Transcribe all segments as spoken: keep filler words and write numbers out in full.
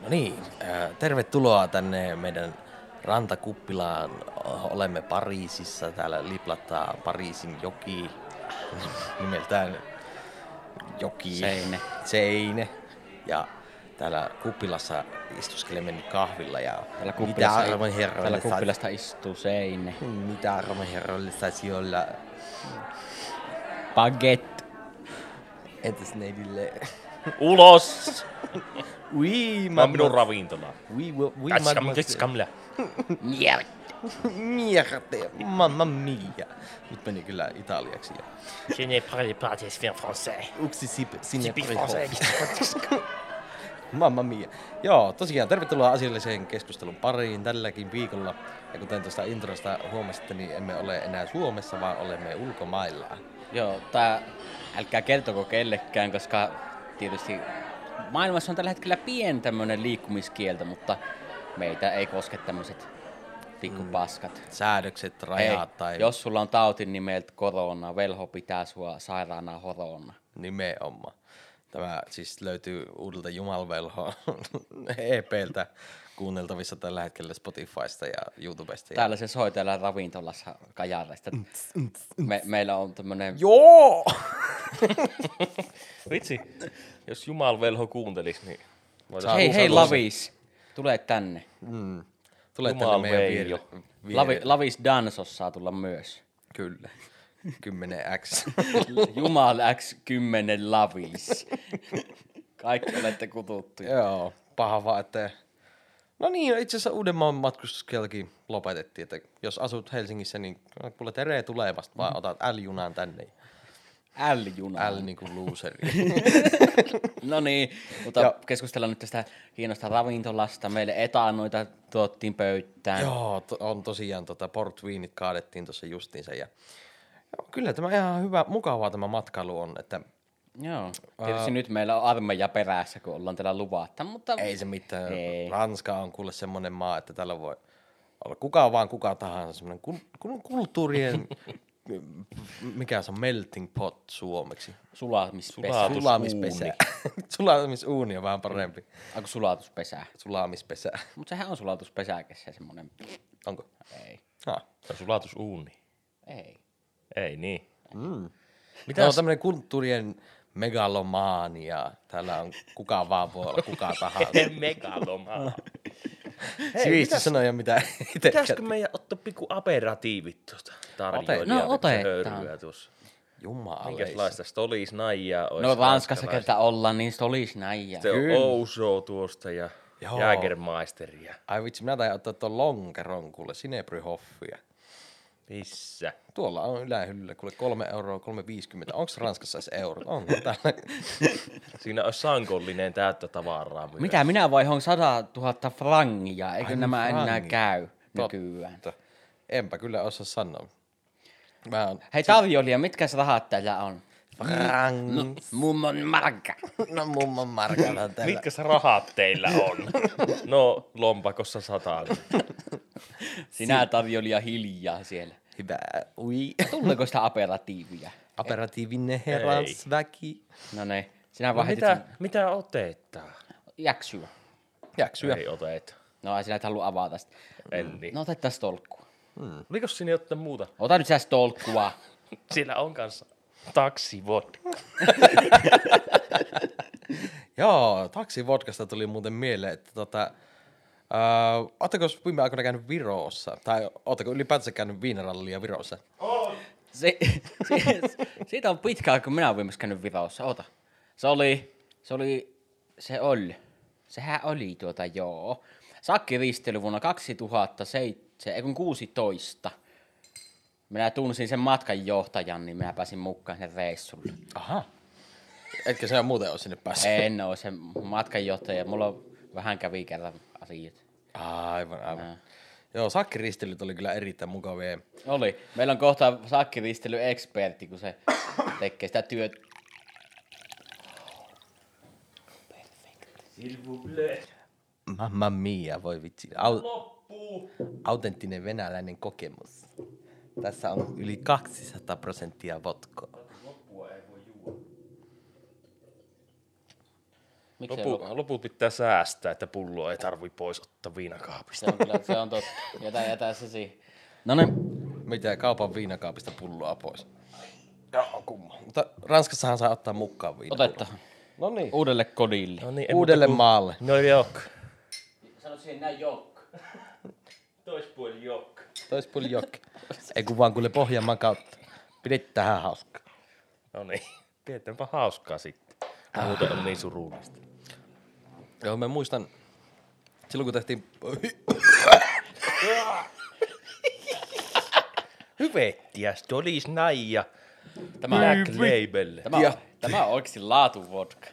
No niin, äh, tervetuloa tänne meidän rantakuppilaan. Olemme Pariisissa, täällä liplattaa Pariisin joki, nimeltään joki Seine. Seine. Ja täällä kuppilassa istuskelemme nyt kahvilla ja Täällä mitä kuppilassa, arvon täällä herroille kuppilasta istuu Seine. saisi, mitä arvon herroille saisi olla, Baguette. entäs neidille? Ulos! Oui, Mä oon minun ravintola. Oui, oui, oui, Katskam, mademoiselle. katskamle. Mierda. Mierte, mamma mia. Nyt meni kyllä italiaksi jo. Je n'ai pas de parties faire français. Uksi sip, sinne Sipi priho. français. Mamma mia. Joo, tosiaan tervetuloa asialliseen keskustelun pariin tälläkin viikolla. Ja kuten tuosta introsta huomasitte, niin emme ole enää Suomessa, vaan olemme ulkomailla. Joo, tää älkää kertoko kellekään, koska tietysti maailmassa on tällä hetkellä pieni tämmönen liikkumiskielto, mutta meitä ei koske tämmöiset pikkupaskat. Säädökset, Ei, rajat tai jos sulla on tautin nimeltä korona, velho pitää sua sairaana horona. nimenomaan. Tämä siis löytyy uudelta Jumalvelho E P:ltä kuunneltavissa tällä hetkellä Spotifysta ja YouTubesta. Ja... Täällä se soi täällä ravintolassa Kajaarista. Me, meillä on tämmönen... Joo! Vitsi, jos Jumalvelho kuuntelis, niin... voitais Hei, kuunnella hei se. Lavis, tule tänne. Mm. Tulee Jumal tänne meidän Veijo. vierelle. Lavi, Lavis Dansos saa tulla myös. Kyllä. kymmenen X. Jumal X kymmenen Lavis. Kaikki olette kututtuja. Joo, paha vaan, että... No niin, itse asiassa Uudenmaan matkustuskeltakin lopetettiin, että jos asut Helsingissä, niin kuule tere tulevasta, vaan otat L-junaan tänne. L-juna. L niinku loseri. No niin, mutta Joo. keskustellaan nyt tästä hienosta ravintolasta. Meille etanoita tuottiin pöytään. Joo, to, on tosiaan tota portviinit kaadettiin tuossa justiinsa ja... Joo, kyllä tämä ihan hyvä, mukavaa tämä matkailu on, että Joo. Tietysti uh, nyt meillä on armeija perässä, kun ollaan täällä luvatta, mutta... ei se mitään. Ei. Ranska on kuule semmoinen maa, että täällä voi olla kuka vaan kuka tahansa, semmoinen kul- kul- kulttuurien, mikä se on, melting pot suomeksi. Sulamispesä. Sulatus- Sulamispesä. Sulamisuuni on vähän parempi. Onko sulatuspesä? Sulamispesä. Mutta sehän on sulatuspesäkäs semmonen... Onko? Ei. Ah. Se on sulatusuuni. Ei. Ei niin. Mm. Mitäs? Tämä on tämmöinen kulttuurien megalomaania. Täällä on kuka vaan voi olla kuka tahansa. Megalomaa. Sivistyssanoja, mitä itse Pitäisikö meidän ottaa pikku aperatiivit tuosta tarjoilijaa? No, pikkusen otetaan. höyryä tuossa. Jumaleissa. Minkälaista stolis naijaa olisi No Ranskassa ranskalaista? kerta ollaan, niin se olisi näin. Ja... Se on Kyllä. Ouso tuosta ja Joo. Jägermeisteria. Ai vitsi, minä tain ottaa tuon lonkeron kuule, Sinebryhoffia. Missä? Tuolla on ylähyllyllä kuule kolme euroa, kolme viisikymmentä. Onks Ranskassa edes eurot? On täällä. Siinä olisi sankollinen täyttä tavaraa myös. Mitä minä vaihon sata tuhatta frangia, eikö Ai niin, nämä enää frangi. käy Totta. nykyään? Enpä kyllä osaa sanoa. Mä oon... Hei tarjoilija, mitkä rahat täällä on? Frang. Mummon markka. No mummon markalla täällä. Mitkä se rahat teillä on? No, lompakossa sataan. Sinä tarjoilija hiljaa siellä. Hyvä. Ui. Tuleeko sitä aperatiivia? Aperatiivinen herransväki. No ne, sinä No, vaan mitä, heitit mitä otetaan? jäksyä. Jaksuja. Ei oteta. No ei sinä et halua avata sitä. En niin. No otetaan tolkkua. Oliko sinne jotain muuta? Ota nyt sä tolkkua. Siellä on kanssa taksivodka. Joo, taksivodkasta tuli muuten mieleen, että tota... Uh, ootteko viime aikoina käynyt Virossa? Tai ootteko ylipäätänsä käynyt viinarallia Virossa? Se, se, siitä on pitkä aika, kun minä olen viimeksi käynyt Virossa. Ota. Se oli, se oli, se oli. Sehän oli tuota, joo. Sakkiristely vuonna kaksituhattaseitsemän, ei kun kuusitoista. Minä tunsin sen matkanjohtajan, niin minä pääsin mukaan sen reissulle. Aha. Etkä sä muuten ole sinne päässyt? En ole se matkanjohtaja, mulla on vähän kävi kerran asiat. Aivan, aivan. Ää. Joo, sakkiristelyt oli kyllä erittäin mukavia. Oli. Meillä on kohta sakkiristely-ekspertti, kun se tekee sitä työtä. Mamma mia, voi vitsi. Au- Loppuu. autenttinen venäläinen kokemus. Tässä on yli kaksisataa prosenttia vodkaa. Loppua ei voi juoda. Miksei Lopu, lopu? loput pitää säästää, että pulloa ei tarvi pois ottaa viinakaapista. Se on kyllä, se on totta. Jätä, jätä se siihen. No niin, Mitä kaupan viinakaapista pulloa pois? Joo, kumma. Mutta Ranskassahan saa ottaa mukaan viinaa. otetaan. No niin. Uudelle kodille. No niin, Uudelle maalle. No jok. Sano siihen näin jokk. Toispuoli jok. Toispuoli jokki. Ei kun vaan kuule Pohjanmaan kautta. Pidettähän hauskaa. No niin, pidetäänpä hauskaa sitten. Muuten on niin surullista. Joo, mä muistan, silloin kun tehtiin... Hyvettiä, Stolis Naija. Tämä, Black Label. tämä, Ja- on, tämä on oikeasti laatuvodka.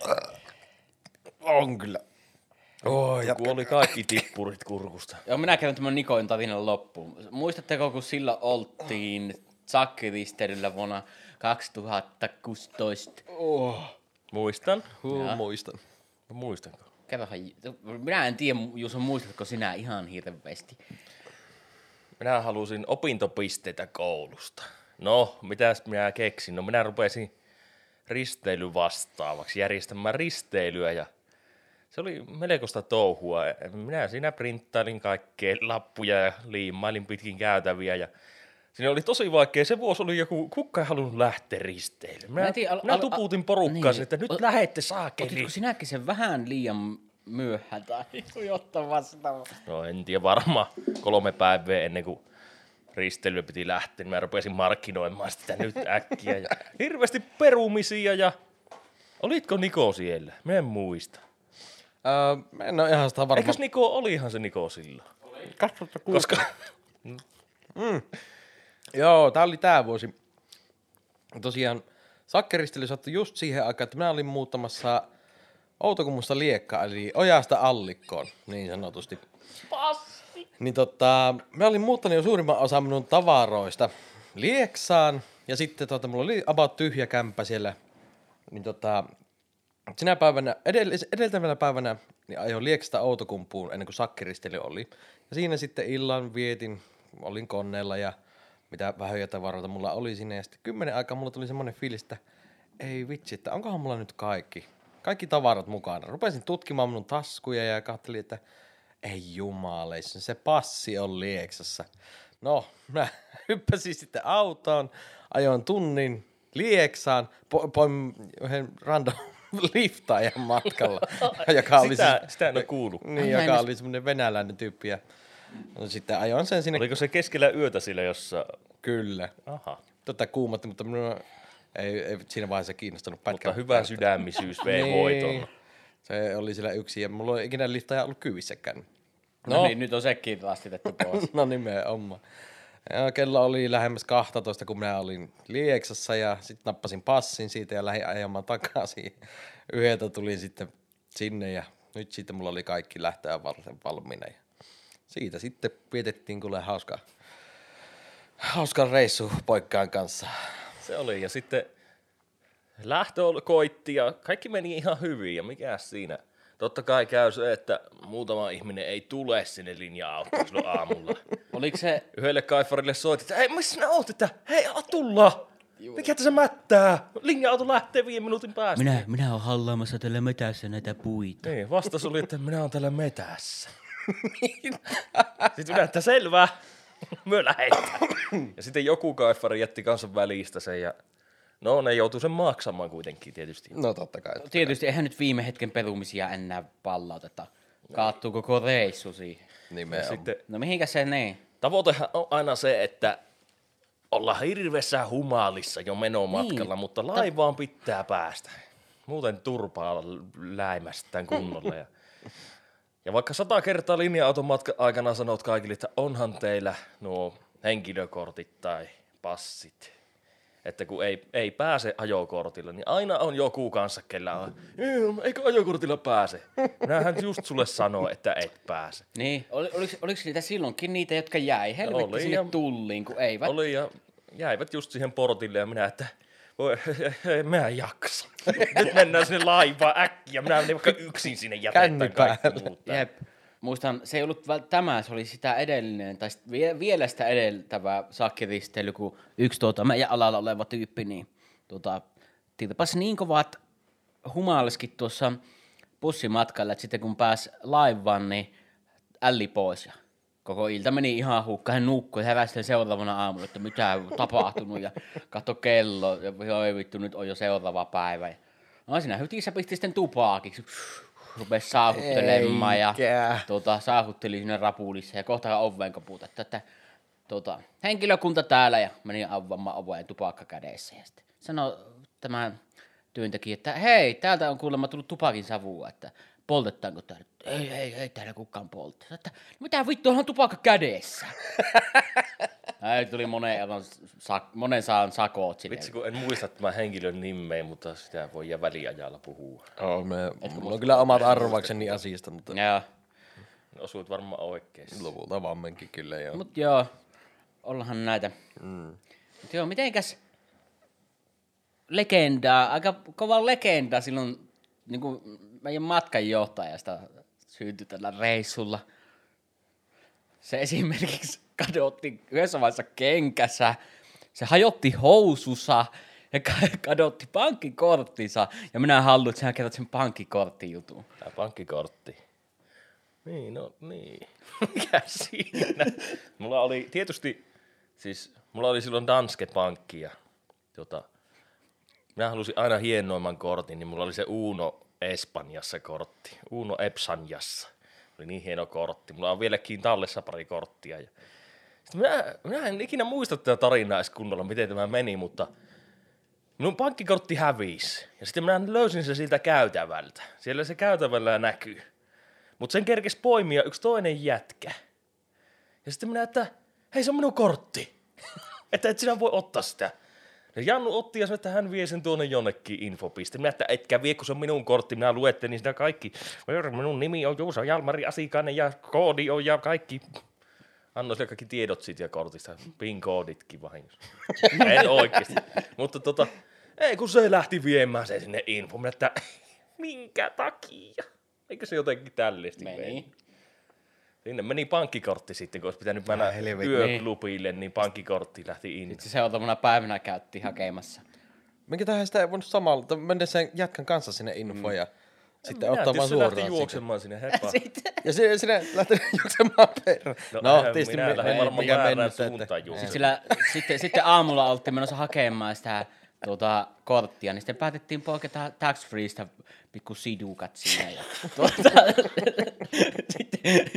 On kyllä. Oh, ja... Kuoli kaikki tippurit kurkusta. Joo, minä käyn tämän Nikoin tarinan loppuun. Muistatteko, kun silloin oltiin sakkiristeilyllä vuonna kaksituhattakuusitoista? Muistan. Huu, muistan. No, muistanko? Kerrohan, minä en tiedä, Juuso, muistatko sinä ihan hirveästi? Minä halusin opintopisteitä koulusta. No, mitäs minä keksin? No minä rupesin risteily vastaavaksi, järjestämään risteilyä ja se oli melkoista touhua. Minä siinä printtailin kaikkea lappuja ja liimailin pitkin käytäviä ja siinä oli tosi vaikea. Se vuosi oli joku, kuka ei halunnut lähteä risteilyyn. Minä, Mä en tiedä, al- minä al- tuputin al- porukkaan, niin. että nyt Ot- lähette saakeli. Otitko sinäkin sen vähän liian myöhään tai jotta vastaan? No en tiedä, varmaan kolme päivää ennen kuin risteilyä piti lähteä, niin mä rupesin markkinoimaan sitä nyt äkkiä. Ja hirveästi perumisia ja... Olitko Niko siellä? Mä en muista. Öö, mä en oo ihan sitä varma. Eikös Niko, olihan se Niko silloin? Koska... Joo, tää oli tää vuosi. Tosiaan sakkeristely sattui just siihen aikaan, että minä olin muuttamassa Outokummusta Liekka, eli ojasta allikkoon, niin sanotusti. Passi! Niin tota, mä olin muuttanut jo suurimman osan minun tavaroista Lieksaan, ja sitten tota, mulla oli about tyhjä kämppä siellä, niin tota, sinä päivänä, edellis, edeltävänä päivänä, niin ajoin Lieksasta Outokumpuun ennen kuin sakkeristely oli. Ja siinä sitten illan vietin, olin koneella ja mitä vähöjä tavaroita mulla oli sinne. Ja sitten kymmenen aikaa mulla tuli semmoinen fiilis, että ei vitsi, että onkohan mulla nyt kaikki. Kaikki tavarat mukana. Rupesin tutkimaan minun taskuja ja katselin, että ei jumaleissa, se passi on Lieksassa. No, mä hyppäsin sitten autoon, ajoin tunnin Lieksaan, po- poin yhden random liftaajan matkalla, joka oli sitä, siis, sitä en ole kuullut. niin, joka oli semmoinen venäläinen tyyppi. Ja no, sitten ajoin sen sinne. Oliko se keskellä yötä sillä jossa... Kyllä. Aha. Tota kuumotti, mutta minua ei, ei siinä vaiheessa kiinnostanut pätkää. Mutta hyvä sydämisyys vei voiton. Se oli siellä yksi ja mulla ei ikinä liftaaja ollut kyvissäkään. No, no niin, nyt on sekin lastitettu pois. No nimenomaan. Ja kello oli lähemmäs kaksitoista, kun minä olin Lieksassa ja sitten nappasin passin siitä ja lähdin ajamaan takaisin. Yhdeltä tulin sitten sinne ja nyt sitten mulla oli kaikki lähteä varten valmiina. Ja siitä sitten vietettiin kuule hauska, hauska reissu poikkaan kanssa. Se oli ja sitten lähtö koitti ja kaikki meni ihan hyvin ja mikäs siinä. Totta kai käy se, että muutama ihminen ei tule sinne linja-autoon silloin aamulla. Oliko se, Yhdelle kaifarille soitit, että hei, missä sinä oot, että hei, a, tullaan. Mikä tässä mättää? Linja-auto lähtee viiden minuutin päästä. minä, minä olen hallaamassa tällä metässä näitä puita. Niin, vastaus oli, että minä olen täällä metässä. Sitten minä, että selvä, myö lähetään. Ja sitten joku kaifari jätti kanssa välistä sen ja no ne joutuu sen maksamaan kuitenkin tietysti. No totta kai. Tietysti eihän nyt viime hetken perumisia enää pallauteta. Kaattuu koko reissu siihen. Nimenomaan. Sitten No mihinkä se niin? tavoitehan on aina se, että ollaan hirveässä humalissa jo menomatkalla, Niin. mutta laivaan pitää päästä. Muuten turpaa läimästään kunnolla. Ja, ja vaikka sata kertaa linja-auton matkan aikana sanot kaikille, että onhan teillä nuo henkilökortit tai passit, että kun ei, ei pääse ajokortilla, niin aina on joku kanssa, kellä on, eikö ajokortilla pääse? Minähän just sulle sanoo, että et pääse. Niin, Ol, oliko, oliko niitä silloinkin niitä, jotka jäi helvetti Oli, sinne ja- tulliin, kun eivät? Oli ja jäivät just siihen portille ja minä, että voi, mä en jaksa. Nyt mennään sinne laivaan äkkiä, minä menen vaikka yksin sinne Känni jätetään kaikki päällä. muut. täällä. Jep. Muistan, se ei ollut vält- tämä, se oli sitä edellinen, tai sit vie, vielä sitä edeltävää sakkiristely, kun yksi tuota meidän alalla oleva tyyppi, niin tuota, tilpas niin kovat humalskin tuossa bussimatkalle, että sitten kun pääsi laivaan, niin älli pois ja koko ilta meni ihan hukkaan. Hän nukkui ja heräsi seuraavana aamulla, että mitä on tapahtunut ja katsoi kello ja voi vittu, nyt on jo seuraava päivä. Ja no siinä hytissä pisti sitten tupaakiksi. Rupesi saahuttelemaan ja tuota, saahutteli sinne rapulissa ja kohta oveen koputettu, että tuota, henkilökunta täällä ja meni avaamaan oveen tupakka kädessä. Ja sitten sanoi tämä työntekijä, että hei, täältä on kuulemma tullut tupakin savua, että poltetaanko täällä? Ei, ei, ei täällä kukaan polta. Että mitä vittu, on tupakka kädessä? Ei, tuli monen, sak- monen saan sakot sinne. Vitsi, kun en muista tämän henkilön nimeä, mutta sitä voi jää väliajalla puhua. Oh, me, mulla on kyllä omat arvaukseni asiasta, mutta Joo. Osuit varmaan oikein. lopulta vammenkin kyllä joo. Mut joo, ollahan näitä. Mm. Mut joo, mitenkäs legendaa, aika kova legenda silloin niin kuin meidän matkanjohtajasta syntyi tällä reissulla. Se esimerkiksi kadotti yhdessä vaiheessa kenkässä, se hajotti housussa ja kadotti pankkikorttinsa. Ja minä haluan, että sinä kerrot sen pankkikorttijutun. Tää pankkikortti. Niin, no niin. Mikä siinä? Mulla oli tietysti, siis mulla oli silloin Danske Pankki ja tota, minä halusin aina hienoimman kortin, niin mulla oli se Uno Espanjassa kortti. Uno Epsanjassa. Oli niin hieno kortti. Mulla on vieläkin tallessa pari korttia. Ja sitten minä, minä en ikinä muista tätä tarinaa edes kunnolla, miten tämä meni, mutta minun pankkikortti hävisi. Ja sitten minä löysin se siltä käytävältä. Siellä se käytävällä näkyy. Mutta sen kerkesi poimia yksi toinen jätkä. Ja sitten minä, että hei, se on minun kortti. että et sinä voi ottaa sitä. Ja Jannu otti ja sanoi, että hän vie sen tuonne jonnekin infopiste. Minä, että etkä vie, kun se on minun kortti. Minä luettelin sitä kaikki. Minun nimi on Juuso Jalmari Asikainen ja koodi on ja kaikki. Annoin sille kaikki tiedot siitä ja kortista. Pin-kooditkin vahingossa. En oikeasti. Mutta tota, ei kun se lähti viemään se sinne info. Minä, että minkä takia? Eikö se jotenkin tällaisesti meni? Sinne meni pankkikortti sitten, kun olisi pitänyt mennä yöklubille, niin pankkikortti lähti in. Sitten se seuraavana päivänä käytti hakemassa. Minkä tähän sitä ei voinut samalla, mennä sen jätkän kanssa sinne infoon ja mm. sitten ottaa vaan suoraan. Se lähti juoksemaan sinne, hepä. ja sinne, sinne lähti juoksemaan perään. No, no tietysti minä lähdin varmaan väärään suuntaan juoksemaan. Sillä sitten, sitten aamulla oltiin menossa hakemaan sitä tuota, korttia, niin sitten päätettiin poiketa tax freeista pikku sidukat siinä. Ja, tuota, sitten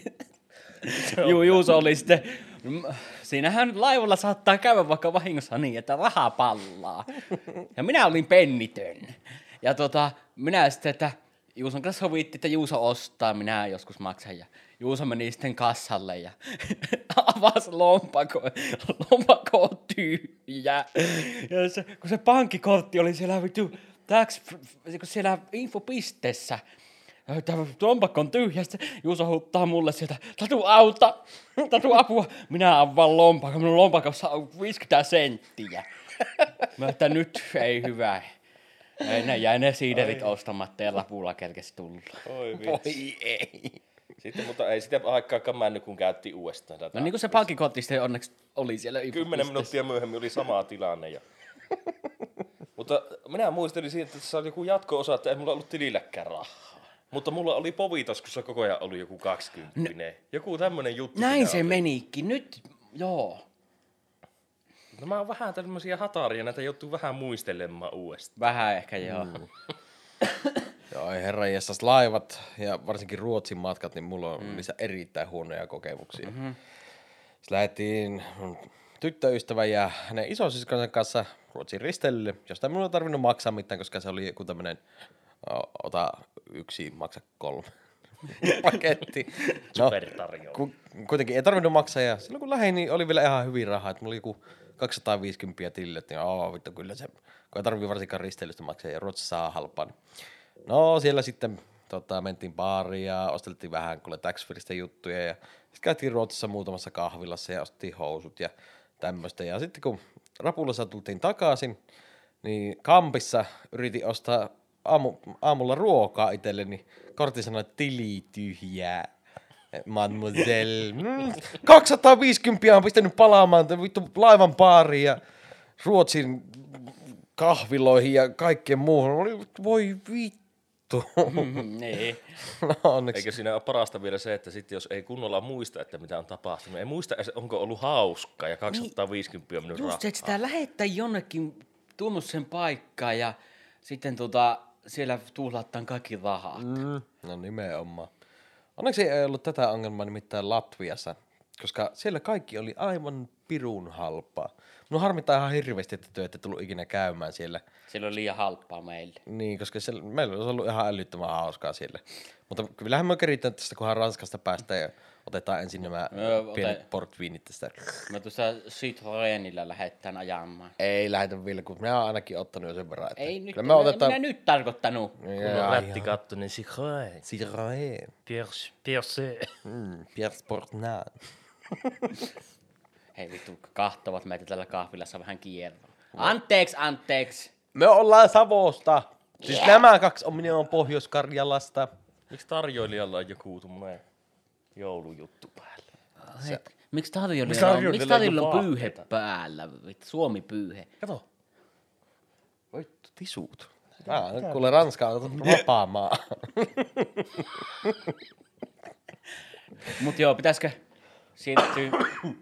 Ju, Juuso oli sitten, siinähän laivalla saattaa käydä vaikka vahingossa niin, että raha pallaa. Ja minä olin pennitön. Ja tota, minä sitten, että Juuson kanssa sovittiin, että Juuso ostaa, minä joskus maksan. Ja Juuso meni sitten kassalle ja avasi lompako, lompako on tyhjä. Ja se, kun se pankkikortti oli siellä vittu, tax, siellä infopisteessä. Tämä lompakko on tyhjä, sitten Juuso huuttaa mulle sieltä, Tatu auta, Tatu apua. Minä avaan lompakko, minun lompakossa on viisikymmentä senttiä. Mä että nyt ei hyvä. Ne jäi ne siiderit Ai. ostamatta ja lapulla kerkesi tulla. Oi vitsi. ei. Sitten, mutta ei sitä aikaa mennyt, kun käytti uudestaan. No niin kuin se pankkikortti sitten onneksi oli siellä. Kymmenen minuuttia myöhemmin oli sama tilanne. Ja... mutta minä muistelin siitä, että tässä oli joku jatko-osa, että ei mulla ollut tililläkään rahaa. Mutta mulla oli povitaskussa koko ajan ollut joku kaksikymppinen. No, joku tämmönen juttu. Näin se oli. Menikin. Nyt, joo. No mä oon vähän tämmöisiä hataria, näitä joutuu vähän muistelemaan uudestaan. Vähän ehkä, joo. Mm. Joo, ei herra jestas, laivat ja varsinkin Ruotsin matkat, niin mulla on mm. niissä erittäin huonoja kokemuksia. Mm-hmm. Sitten lähdettiin tyttöystävän ja hänen isosiskonsa kanssa Ruotsin risteilylle, josta ei minulla tarvinnut maksaa mitään, koska se oli joku tämmönen ota yksi, maksa kolme paketti. No, supertarjoa. Ku, kuitenkin ei tarvinnut maksaa ja silloin kun lähdin, niin oli vielä ihan hyvin rahaa, että mulla oli joku kaksisataaviisikymmentä tilille, että aah vittu kyllä se, kun ei tarvitse varsinkaan risteilystä maksaa ja Ruotsissa saa halpaa. Niin. No siellä sitten tota, mentiin baariin ja osteltiin vähän kuule tax-freeistä juttuja ja sitten käytiin Ruotsissa muutamassa kahvilassa ja ostettiin housut ja tämmöistä. Ja sitten kun Rapulassa tultiin takaisin, niin Kampissa yritin ostaa aamu, aamulla ruokaa itselleni, niin kortti sanoi, että tili tyhjää. Mademoiselle, mm, kaksisataaviisikymmentä on pistänyt palaamaan vittu laivan baariin ja Ruotsin kahviloihin ja kaikkeen muuhun. Oli, voi vittu, sattuu. niin. No onneksi. Eikö siinä ole parasta vielä se, että sitten jos ei kunnolla muista, että mitä on tapahtunut, ei muista edes, onko ollut hauskaa ja kaksisataaviisikymmentä on mennyt Just rahaa. se, että sitä lähettää jonnekin tunnuksen paikkaan ja sitten tota, siellä tuhlataan kaikki rahat. Mm, no nimenomaan. Onneksi ei ollut tätä ongelmaa nimittäin Latviassa, koska siellä kaikki oli aivan pirun halpaa. Minun harmittaa ihan hirveästi, että te ette tullut ikinä käymään siellä. Siellä on liian halpaa meille. Niin, koska siellä, meillä olisi ollut ihan älyttömän hauskaa siellä. Mutta kyllähän me keritään tästä, kunhan Ranskasta päästään ja otetaan ensin nämä Öö, pienet ote- portviinit tästä. Me tuossa Citroenillä lähdetään ajamaan. Ei lähetä vielä, kun minä olen ainakin ottanut jo sen verran. Että Ei nyt, kyllä me me otetaan... minä nyt tarkoittanut. Kun on Jaa, rättikattoinen Citroën. Citroën. Perse. Mm, Pierre Sportnan. Hei vittu, kahtovat meitä tällä kahvilassa vähän kierroa. Anteeksi, anteeksi. Me ollaan Savosta. Siis yeah. Nämä kaksi on minun Pohjois-Karjalasta. Miksi tarjoilijalla on joku tuommoinen joulujuttu päällä? Hei, miksi tarjolla Miksi on, tarjoilijoilla miksi on tarjolla on joku pyyhe vaatteita? päällä? Vittu, Suomi pyyhe. Kato. Voittu tisut. Ah, nyt kuule Ranska on vapaa maa. Mut joo, pitäisikö siirtyä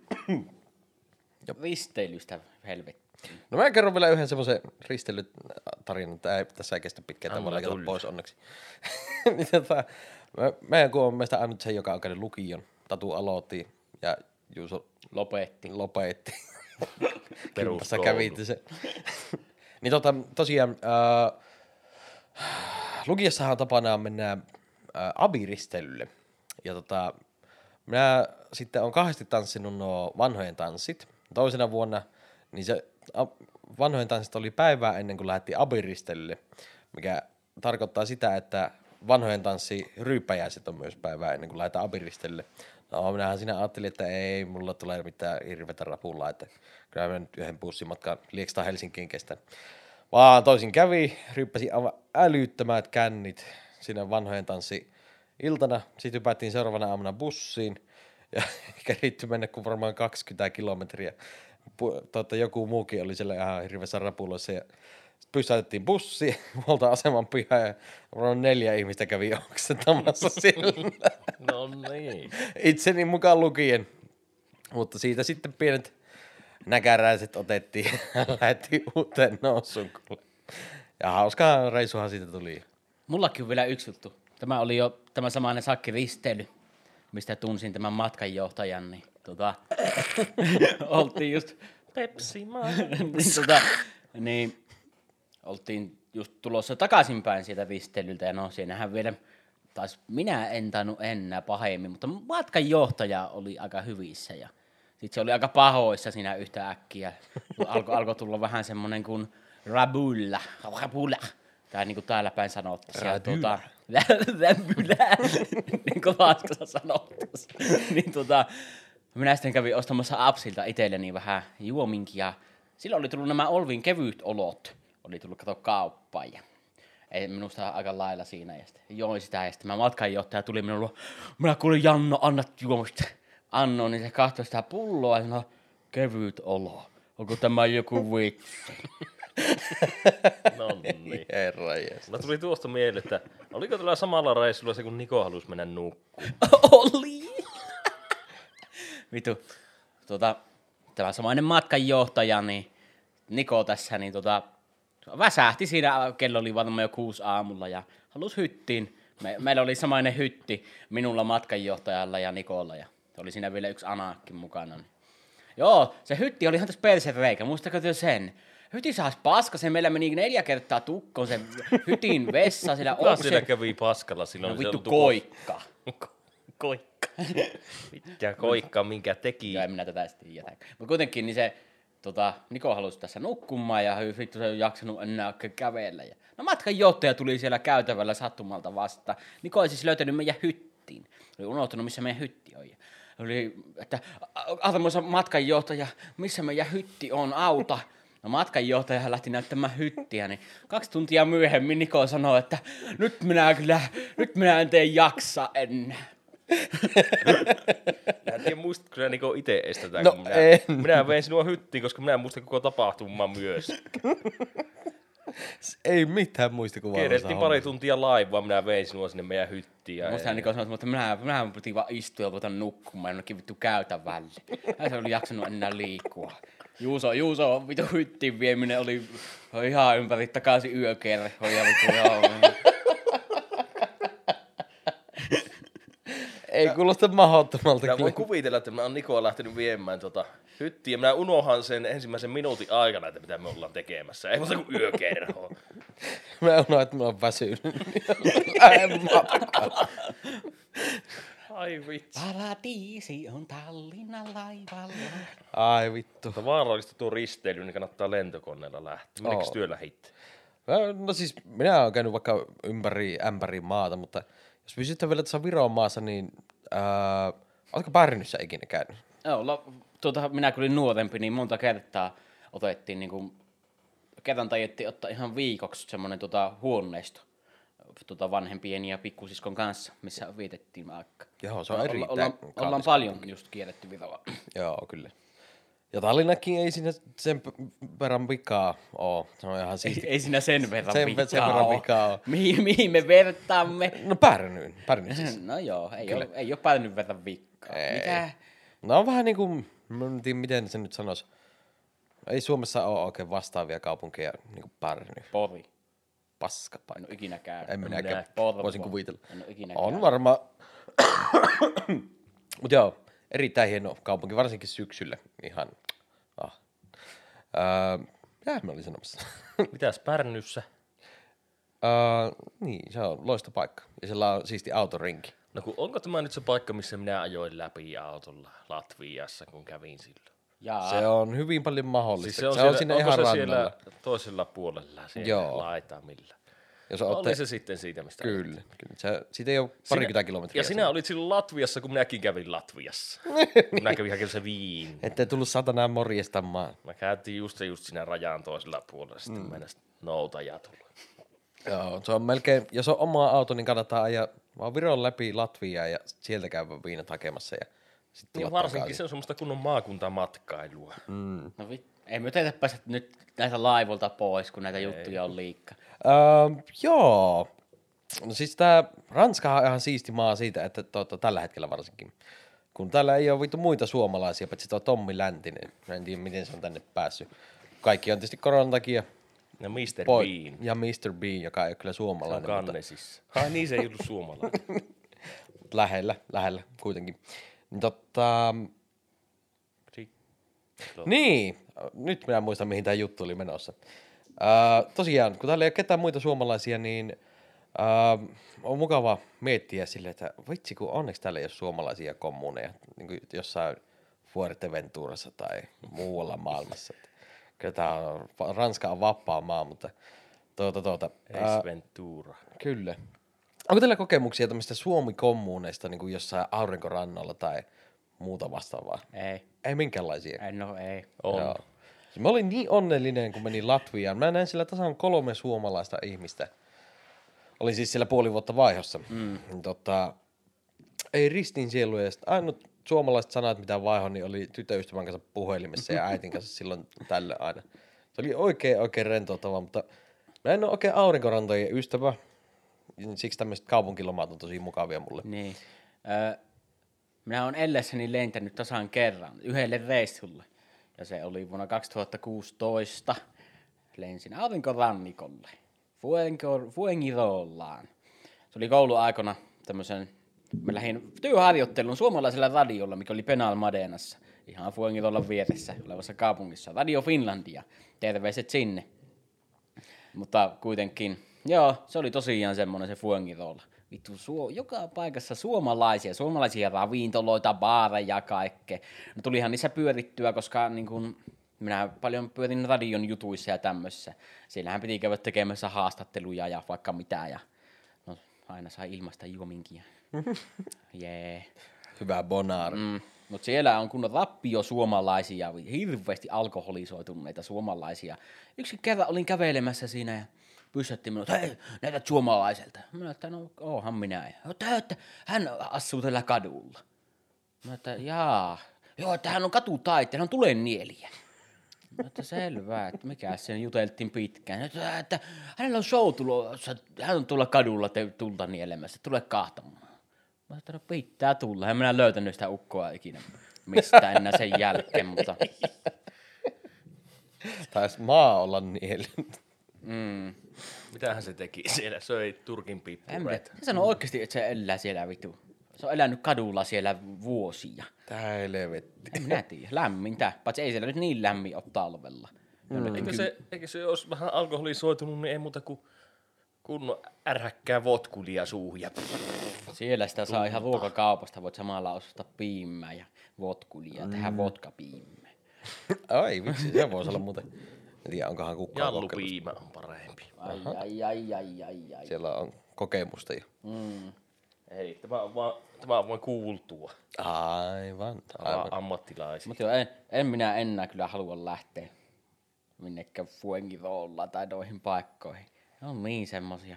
risteilystä helvettiin? No mä kerron vielä yhden semmoisen risteilytarinan, että ei, tässä ei kestä pitkään, tämä Anna leikata tulla. pois onneksi. niin tota, mä, meidän kun on meistä ainut se, joka on käynyt lukion. Tatu aloitti ja Juuso Lopetti. lopetti. Kimpassa Peruskoulu. kävitte se. niin tota, tosiaan, äh, lukiossahan on tapana mennä äh, abiristeilylle. Ja tota, minä sitten on kahdesti tanssinut nuo vanhojen tanssit. Toisena vuonna, niin se a, vanhojen tanssit oli päivää ennen kuin lähdettiin abiristeilylle, mikä tarkoittaa sitä, että vanhojen tanssi ryyppäjäiset on myös päivää ennen kuin lähdetään abiristeilylle. No minähän siinä ajattelin, että ei mulla tule mitään hirveätä rapulla, että kyllä mä nyt yhden bussimatkan Lieksasta Helsinkiin kestän. Vaan toisin kävi, ryyppäsin aivan älyttömät kännit siinä vanhojen tanssi iltana. Sitten hypättiin seuraavana aamuna bussiin ja keritty mennä kuin varmaan kaksikymmentä kilometriä. Pu- totta, joku muukin oli siellä ihan hirveässä rapuloissa ja pysäytettiin bussi huoltoaseman pihaan ja varmaan neljä ihmistä kävi oksentamassa siellä. No niin. Itseni mukaan lukien. Mutta siitä sitten pienet näkäräiset otettiin ja lähdettiin uuteen nousuun. Ja hauskaa reissuhan siitä tuli. Mullakin on vielä yksi juttu. Tämä oli jo tämä samainen Sakki risteily, mistä tunsin tämän matkanjohtajan. Niin, tota, oltiin just... Pepsi niin, tota, niin, oltiin just tulossa takaisinpäin sieltä risteilyltä ja no siinähän vielä taas minä en tainnut enää pahemmin, mutta matkanjohtaja oli aika hyvissä ja sitten se oli aika pahoissa siinä yhtä äkkiä. Alkoi alko tulla vähän semmonen kuin rabulla, rabulla, tai niin kuin täällä päin sanottiin. Tuota, rabulla, niin kuin Laskassa sanottiin. niin tota, minä sitten kävin ostamassa Apsilta itselleni vähän juominkia. Silloin oli tullut nämä Olvin kevyt olot. Oli tullut kato kauppaan ja ei minusta aika lailla siinä. Ja sitten join sitä ja sitten mä matkanjohtaja tuli minulle. Minä kuulin Janno, annat juomista. Annoin, niin se katsoi sitä pulloa ja sanoi, kevyt olo. Onko tämä joku vitsi? No niin. Herra jes. No tuli tuosta mieleen, että oliko tällä samalla reissulla se, kun Niko halusi mennä nukkumaan? Oli! Vitu, tuota, tämä samainen matkanjohtaja, niin Niko tässä, niin tota, väsähti siinä, kello oli varmaan jo kuusi aamulla ja halusi hyttiin. Me, meillä oli samainen hytti minulla matkanjohtajalla ja Nikolla ja oli siinä vielä yksi Anaakkin mukana. Niin. Joo, se hytti oli ihan tässä persen reikä, muistako te sen? Hyti saas paska, se meillä meni neljä kertaa tukkoon, se hytin vessa, siellä Kuka oksen... siellä kävi paskalla silloin? No se vittu on tuko- koikka. Koikka. Mikä koikka, minkä teki? Ja en minä tätä sitten tiedä. Mutta kuitenkin niin se tota, Niko halusi tässä nukkumaan ja vittu se ei jaksanut enää oikein kävellä. Ja, no matkanjohtaja tuli siellä käytävällä sattumalta vasta. Niko ei siis löytänyt meidän hyttiin. Oli unohtanut, missä meidän hytti on. Ja oli, että arvoisa matkanjohtaja, missä meidän hytti on, auta. No matkanjohtaja lähti näyttämään hyttiä, niin kaksi tuntia myöhemmin Niko sanoi, että nyt minä kyllä, nyt minä en tee jaksa enää. En tiedä, muistatko sinä Niko itse estetään, No kun minä, en. minä vein sinua hyttiin, koska minä en muista koko tapahtumaa myös. Ei mitään muistikuvaa. Kierrettiin pari tuntia laivaa, minä vein sinua sinne meidän hyttiin. Musta hän Niko sanoi, että minä, minä piti vaan istua ja ruveta nukkumaan, jonnekin vittu käytävälle. Hän se oli jaksanut enää liikkua. Juuso, Juuso, vittu hyttiin vieminen oli ihan ympäri takaisin yökerhoon ja vittu joo. Ei kuulosta mahdottomalta. Minä voin kuvitella, että minä olen Nikoa lähtenyt viemään tota hyttiin ja minä unohan sen ensimmäisen minuutin aikana, että mitä me ollaan tekemässä. Ei muuta kuin yökerhoa. Mä unohdin, että mä oon väsynyt. Lähden matkaan. Ai vitsi. Paratiisi on Tallinnan laivalla. Ai vittu. Mutta vaarallista tuo risteily, niin kannattaa lentokoneella lähteä. Menikö Oo. työ lähitte? No siis minä olen käynyt vaikka ympäri ämpäri maata, mutta jos pysytään vielä tässä Viron maassa, niin ää, oletko Pärnyssä ikinä käynyt? Joo, la, tuota, minä kun olin nuorempi, niin monta kertaa otettiin niinku, kerran tajettiin ottaa ihan viikoksi semmoinen tota, huoneisto tota, vanhempien ja pikkusiskon kanssa, missä vietettiin aikaa. Joo, se on Olla- erittäin Ollaan, kaunis ollaan paljon just kierretty Viroa. Joo, kyllä. Ja Tallinnakin ei siinä sen p- verran vikaa oo. Se on ihan Ei, siisti. ei siinä sen verran Sen- vikaa sen verran oo. vikaa oo. Mihin, mihin me vertaamme? No Pärnyyn. Pärny siis. No joo, ei ole, ei ole päänyt verran vikkaa. Ei. Mitä? No on vähän niinku, mä en tiedä miten se nyt sanois. Ei Suomessa ole oikein vastaavia kaupunkeja niinku Pärny. Pori. Paskapaikka. En ole ikinä käynyt. En minäkään. näe. Porvoo. Voisin kuvitella. En ole ikinä On käynyt. varmaan. Mut joo, erittäin hieno kaupunki, varsinkin syksyllä. Ihan. Ah. Öö, mitä mä olin sanomassa? Mitäs Pärnyssä? öö, niin, se on loista paikka. Ja siellä on siisti autorinki. No kun, onko tämä nyt se paikka, missä minä ajoin läpi autolla Latviassa, kun kävin silloin? Jaa. Se on hyvin paljon mahdollista. Siis se on, se on siinä onko ihan se rannalla. siellä toisella puolella, siellä Joo. laitamilla? Jos Oli olette... se sitten siitä, mistä Kyllä, kyllä. Se, siitä ei ole parikymmentä kilometriä. Ja sinä olit silloin Latviassa, kun minäkin kävin Latviassa. Minä kävin hakemassa viin. Ette tullut satanaa morjestamaan. Mä käytiin just se just siinä rajan toisella puolella, sitten mm. mennä noutajaa tulla. Joo, se on melkein, jos on oma auto, niin kannattaa ajaa vaan Viron läpi Latviaa ja sieltä käydä viinat hakemassa ja sitten Niin tulla varsinkin takaisin. se on semmoista kunnon maakuntamatkailua. Mm. No vit, ei me teitä päästä nyt näitä laivolta pois, kun näitä juttuja on liikaa. Öö, joo. No siis tää Ranskahan on ihan siisti maa siitä, että tuota, tällä hetkellä varsinkin. Kun täällä ei ole vittu muita suomalaisia, paitsi tuo Tommi Läntinen. Mä en tiedä, miten se on tänne päässyt. Kaikki on tietysti koronan takia. Ja mister Poi- Bean. Ja mister Bean, joka ei ole kyllä Se on suomalainen. mutta Cannesissa. Ai niin, se ei ollut suomalainen. lähellä, lähellä kuitenkin. Niin totta, niin, nyt minä muistan, mihin tämä juttu oli menossa. Äh, tosiaan, kun täällä ei ole ketään muita suomalaisia, niin äh, on mukava miettiä silleen, että vitsi, kun onneksi täällä ei ole suomalaisia kommuneja, niin kuin jossain Fuerteventurassa tai muualla maailmassa. Kyllä tämä on, Ranska on vapaa maa, mutta tuota, tuota, äh, Esventura. kyllä. Onko teillä kokemuksia tämmöistä Suomi-kommuneista niin kuin jossain aurinkorannalla tai muuta vastaavaa? Ei, Ei minkäänlaisia. ei, no ei. On. Joo. Mä olin niin onnellinen, kun menin Latviaan. Mä näin siellä tasan kolme suomalaista ihmistä. Olin siis siellä puoli vuotta vaihossa. Mm. Tota, ei ristin sieluja. Ja sit ainut suomalaiset sanat, mitä vaihon, niin oli tytöystävän kanssa puhelimessa ja äitin kanssa silloin tällä aina. Se oli oikein, oikein rentoutava, mutta mä en ole oikein aurinkorantojen ystävä. Siksi tämmöiset kaupunkilomat on tosi mukavia mulle. Niin. Öö, minä olen Ellessäni lentänyt tasan kerran, yhdelle reissulle. Ja se oli vuonna kaksituhattakuusitoista. Lensin aurinkorannikolle. Fuengo- Fuengirolaan. Se oli kouluaikana tämmöisen, mä lähdin työharjoitteluun suomalaisella radiolla, mikä oli Penal Madenassa. Ihan Fuengirolan vieressä olevassa kaupungissa. Radio Finlandia. Terveiset sinne. Mutta kuitenkin, joo, se oli tosiaan semmoinen se Fuengirola. Vittu, suo, joka paikassa suomalaisia, suomalaisia ravintoloita, baareja, kaikkea. No tulihan niissä pyörittyä, koska niin kun, minä paljon pyörin radion jutuissa ja tämmössä. Siellähän piti käydä tekemässä haastatteluja ja vaikka mitä. Ja, no, aina sai ilmaista juominkia. Jee. Yeah. Hyvä bonaari. Mm. Mutta siellä on kunnon rappio suomalaisia, hirveästi alkoholisoituneita suomalaisia. Yksi kerran olin kävelemässä siinä ja pysäytti minut, hei, näytät suomalaiselta. Mä että no, oohan minä. Että, että hän asuu tällä kadulla. Mä että jaa, joo, että hän on katutaiteilija, hän on tulennielijä. Että selvä, että mikä sen juteltiin pitkään. Että, että hänellä on show tulossa, hän on tuolla kadulla te, tulta nielemässä, tule kahtamaan. Mä sanoin, että no pitää tulla. En minä löytänyt sitä ukkoa ikinä mistään enää sen jälkeen, mutta... Taisi maa olla niellyt. Mm. Mitähän se teki siellä? Söi turkin En tiedä. pippureita. Se sanoo oikeasti, että se elää siellä vittu. Se on elänyt kadulla siellä vuosia. Tää helvetti. En minä tiedä. Lämmintä. Paitsi ei siellä nyt niin lämmin ole talvella. Mm. Eikö, se, eikö se olisi vähän alkoholisoitunut, niin ei muuta kuin kunnon ärhäkkää votkulia suuhun ja... Siellä sitä saa ihan ruokakaupasta. Voit samalla ostaa piimää ja votkulia ja tehdä vodkapiimää. Ai vitsi, se voisi olla muuten. En tiedä, onkohan kukaan kokeillut. Jallupiimä on parempi. Ai, ai, ai, ai, ai, ai. Siellä on kokemusta jo. Mm. Ei, tämä on vaan, tämä on vaan kuultua. Aivan. Tämä on aivan. ammattilaisia. Mutta joo, en, en minä enää kyllä halua lähteä minnekään Fuengirolla tai noihin paikkoihin. Ne on niin semmosia.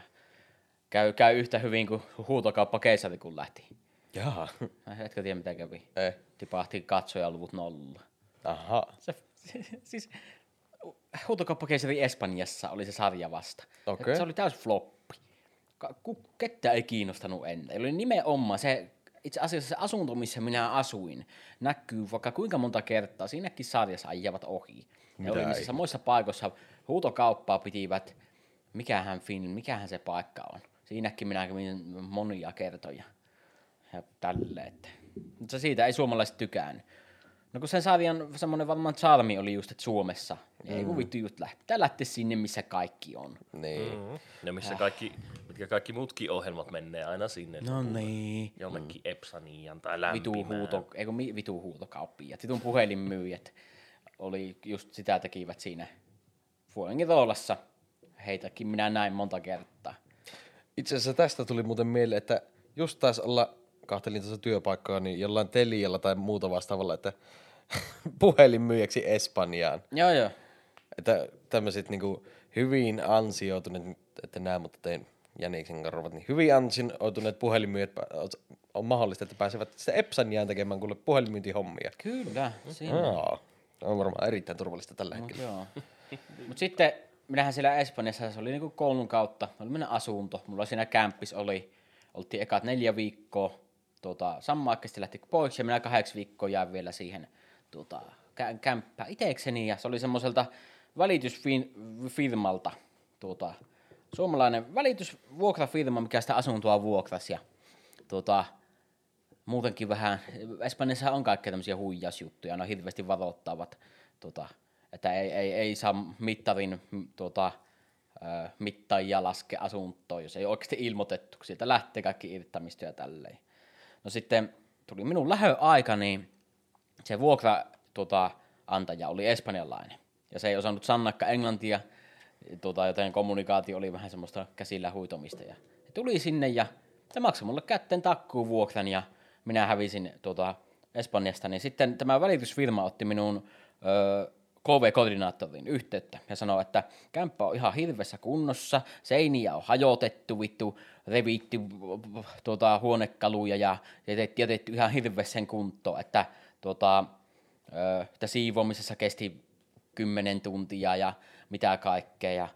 Käy, käy yhtä hyvin kuin huutokauppa keisari kun lähti. Jaa. Etkö tiedä mitä kävi? Ei. Tipahti katsojaluvut nolla. Aha. Se, siis huutokauppakeisari Espanjassa oli se sarja vasta. Okei. Se oli täys floppi. Ka- ku- Kettä ei kiinnostanut ennen. Oli nimenomaan se, itse asiassa se asunto, missä minä asuin, näkyy vaikka kuinka monta kertaa. Siinäkin sarjassa ajavat ohi. Ne oli niissä ei? samoissa paikoissa. Huutokauppaa pitivät, mikähän film, mikähän se paikka on. Siinäkin minä kävin monia kertoja. Ja tälleen, että. Mutta siitä ei suomalaiset tykännyt. No kun sen sarjan semmoinen varmaan charmi oli just, että Suomessa. Mm. Ei kun vittu just lähti. Pitää lähteä sinne, missä kaikki on. Niin. Mm. Ja missä kaikki, mitkä kaikki muutkin ohjelmat menee aina sinne. No niin. Jonnekin mm. Epsanian tai Vitu lämpimään. huuto, eikö mi- vitu huutokauppia. Vitun puhelinmyyjät oli just sitä tekivät siinä Fuengiroolassa. Heitäkin minä näin monta kertaa. Itse asiassa tästä tuli muuten mieleen, että just taisi olla, kahtelin tuossa työpaikkaa, niin jollain Telialla tai muuta vastaavalla, että puhelinmyyjäksi Espanjaan. Joo joo. Että tämmöiset niinku hyvin ansioituneet, että nämä, mutta tein Jäniksen karvat, niin hyvin ansioituneet puhelinmyyjät on mahdollista, että pääsevät sitten Epsaniaan tekemään kuule puhelinmyyntihommia. Kyllä. Siinä. Jaa, on varmaan erittäin turvallista tällä Mut hetkellä. joo. Mut sitten minähän siellä Espanjassa, se oli niinku koulun kautta, oli minä asunto, mulla siinä kämppis oli, oltiin ekat neljä viikkoa, tuota, sammaikkaisesti lähti pois ja minä kahdeksi viikkoa jään vielä siihen tuota, kä- kämppään itekseni ja se oli semmoiselta välitysfirmalta, tuota, suomalainen välitysvuokrafirma, mikä sitä asuntoa vuokrasi ja tuota, muutenkin vähän, Espanjassa on kaikkea tämmöisiä huijausjuttuja, ne on hirveästi varoittavat, tuota, että ei, ei, ei saa mittarin tuota, ö, mittaajia laskea asuntoon, jos ei oikeasti ilmoitettu, kun sieltä lähtee kaikki irttamista ja tälleen. No sitten tuli minun lähöaika, niin se vuokra tuota, antaja oli espanjalainen, ja se ei osannut sannakka englantia, tuota, joten kommunikaatio oli vähän semmoista käsillä huitomista. Ja se tuli sinne ja se maksoi mulle kätten takkuun vuokran ja minä hävisin tuota Espanjasta, niin sitten tämä välitysfirma otti minun ö, K V-koordinaattorin yhteyttä ja sanoi, että kämppä on ihan hirveässä kunnossa, seiniä on hajotettu, vittu, revitty tuota, huonekaluja ja jätetty, jätetty ihan hirveäseen kuntoon, että, tuota, ö, että siivoamisessa kesti kymmenen tuntia ja mitä kaikkea ja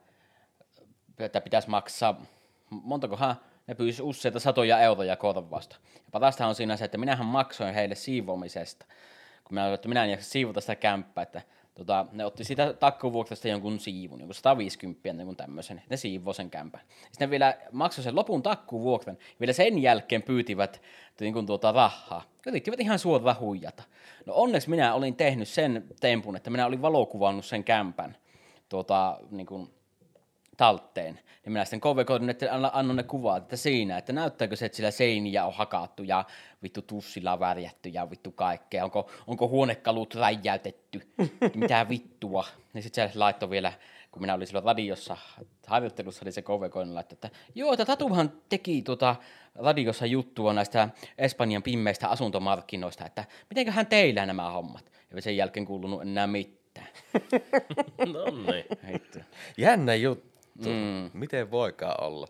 että pitäisi maksaa, montakohan ne pyysi useita satoja euroja korvausta. Ja parasta on siinä se, että minähän maksoin heille siivoamisesta, kun minä, että minä en jaksa siivota sitä kämppää, että tota, ne otti sitä takkuvuokrasta jonkun siivun, jonkun sata viisikymmentä jonkun tämmöisen, ne siivoi sen kämpän. Sitten vielä maksoi sen lopun takkuvuokran, ja vielä sen jälkeen pyytivät niin kuin tuota rahaa. Yrittivät ihan suoraan huijata. No onneksi minä olin tehnyt sen tempun, että minä olin valokuvannut sen kämpän tuota, niin kuin talteen. Ja minä sitten K V-koordinaattorille annoin ne kuvat, että siinä, että näyttääkö se, että sillä seiniä on hakattu ja vittu tussilla on värjätty ja vittu kaikkea. Onko, onko huonekalut räjäytetty? Mitä vittua? Ja sitten se laittoi vielä, kun minä olin silloin radiossa, harjoittelussa oli se K V-koordinaattori, että joo, että Tatuhan teki tuota radiossa juttua näistä Espanjan pimmeistä asuntomarkkinoista, että mitenköhän teillä nämä hommat? Ja sen jälkeen kuulunut enää mitään. No niin. Heittää. Jännä juttu. Mm. Miten voikaan olla?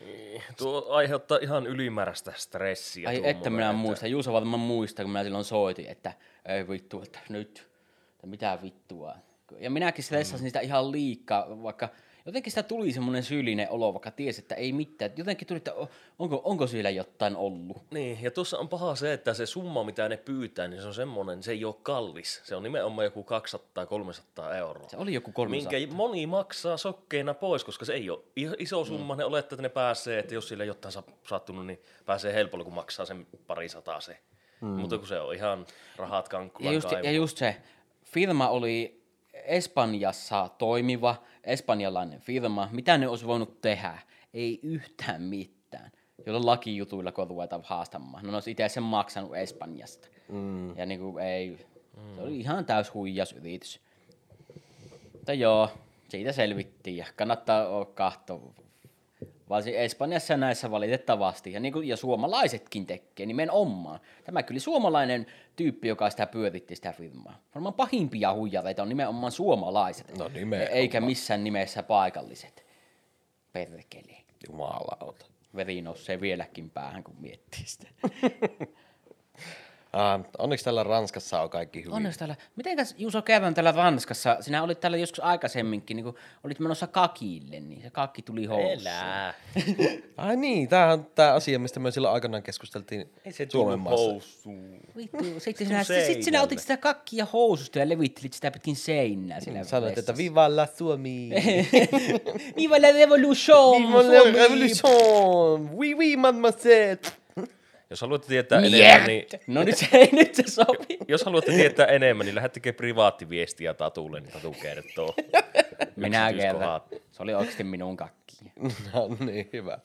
Tuo aiheuttaa ihan ylimääräistä stressiä. Ai tuommoinen, että minä että- muistan, Juuso varmaan muistaa, kun minä silloin soitin, että ei vittu, että nyt, että mitä vittua. Ja minäkin stressasin mm. sitä ihan liikaa, vaikka jotenkin sitä tuli semmoinen syyllinen olo, vaikka tiesi, että ei mitään. Jotenkin tuli, että onko, onko siellä jotain ollut. Niin, ja tuossa on paha se, että se summa, mitä ne pyytää, niin se on semmoinen, se ei ole kallis. Se on nimenomaan joku kaksisataa kolmesataa euroa. Se oli joku kolmesataa. Minkä moni maksaa sokkeina pois, koska se ei ole iso summa. Mm. Ne olettaa, että ne pääsee, että jos sillä jotain sattunut, niin pääsee helpolla, kun maksaa sen pari sataa se. Mm. Mutta kun se on ihan rahat kankkulan ja just, ja just se, firma oli Espanjassa toimiva, espanjalainen firma. Mitä ne olisi voinut tehdä? Ei yhtään mitään. Jolla lakijutuilla, kun ruvetaan haastamaan. No ne olisi itse sen maksanut Espanjasta. Mm. Ja niinku ei, mm. se oli ihan täys huijausyritys. Mutta joo, siitä selvittiin ja kannattaa katsoa. Varsin Espanjassa näissä valitettavasti, ja, niin kuin, ja suomalaisetkin tekee nimenomaan. Tämä kyllä suomalainen tyyppi, joka sitä pyöritti sitä firmaa. Varmaan pahimpia huijareita on nimenomaan suomalaiset, no, nimenomaan. Eikä missään nimessä paikalliset. Perkele. Jumalauta. Veri nousee vieläkin päähän, kun miettii sitä. Uh, onneksi täällä Ranskassa on kaikki hyvin. Onneksi täällä. Mitenkäs Juuso kerran täällä Ranskassa, sinä olit täällä joskus aikaisemminkin, niin kun olit menossa kakille, niin se kakki tuli housuun. Elää. Ai niin, tämähän on tämä asia, mistä me silloin aikanaan keskusteltiin ei se Suomen maassa. Housuun. Vittu, sitten sinä, sit sinä otit sitä kakkia housusta ja levittelit sitä pitkin seinää. Mm, sanoit, että viva la Suomi. Viva la revolution. Viva la revolution. Oui, oui, mademoiselle. Jos haluatte tietää yeah. enemmän, niin... No nyt se ei, nyt se sopi. Jos haluatte tietää enemmän, niin lähettäkää privaattiviestiä Tatulle, niin Tatu kertoo. Minä kerran. Se oli oikeasti minun kakki. No niin, hyvä.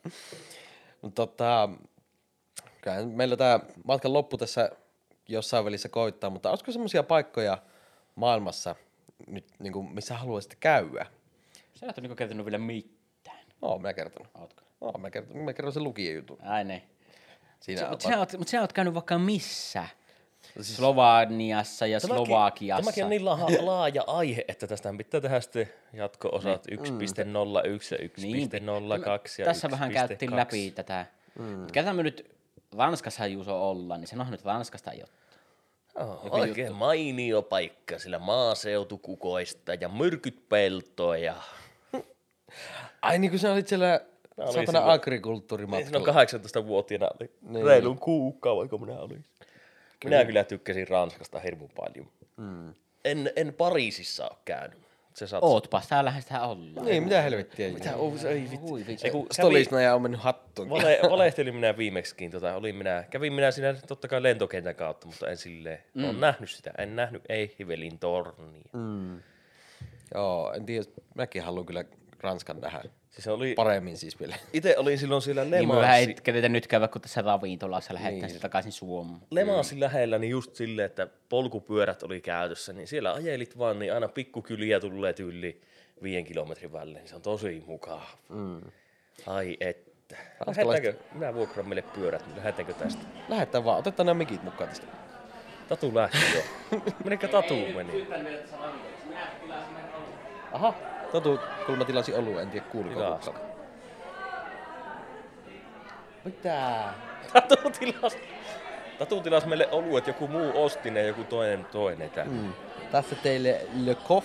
Tota, meillä tämä matkan loppu tässä jossain välissä koittaa, mutta olisiko semmoisia paikkoja maailmassa, nyt, niin kuin, missä haluaisitte käydä? Sä et ole niin kertonut vielä mitään. Oo, mä kertonut. Ootko? Oo, mä kerton, mä kerron sen lukijan jutun. Ai ne. Mutta sinä, mut sinä oot käynyt vaikka missä? Siis Slovaniassa ja tämäkin, Slovakiassa. Tämäkin on niin laaja, laaja aihe, että tästä pitää tehdä sitten jatko-osat yksi piste nolla yksi ja yksi piste nolla kaksi ja tässä yksi vähän käytiin läpi tätä. Mm. Kertaan me nyt Ranskassa Juuso ollaan, niin se on nyt Ranskasta jotta. Oh, oikein juttu. Mainio paikka, sillä maaseutukukoista ja myrkyt peltoja. Ai niin kuin sä olit siellä... Satana agrikulttuurimatkalla. Silloin kahdeksantoistavuotiaana oli niin. Reilun kuukauan, kun minä olin. Minä kyllä, kyllä tykkäsin Ranskasta hirmu paljon. Mm. En, en Pariisissa ole käynyt. Se ootpas, tää lähdetään olla. Niin, mitä helvettiä. Mitä on se? Ei vitsi. Stolisnaja on mennyt hattuun. Vale, valehtelin minä viimeksikin. Tota, olin minä, kävin minä siinä totta kai lentokentän kautta, mutta en silleen. Mm. Olen nähnyt sitä. En nähnyt ei Hivelin tornia. Mm. Joo, en tiedä. Mäkin haluan kyllä Ranskan nähdä. Siis oli, paremmin siis vielä. Itse olin silloin siellä Le Mansin. Niin vähän etkä nyt käydä, kun tässä ravintolassa lähdetään niin. takaisin Suomeen. Le Mansin mm. lähellä niin just silleen, että polkupyörät oli käytössä, niin siellä ajelit vaan, niin aina pikkukyliä tulee yli viiden kilometrin välein. Niin se on tosi mukava. Mm. Ai että. Lähetäänkö? Minä vuokran meille pyörät, niin lähdetäänkö tästä? Lähdetään vaan, otetaan nämä mikit mukaan tästä. Tatu lähti jo. Menikö Tatu meni? Aha. Tatu, kun mä tilasin oluen, en tiedä kuuliko kukaan. Mitä? Tatu tilas, Tatu tilas meille oluet, joku muu osti ne, joku toinen toinen tää. Mm. Tässä teille Le Coff.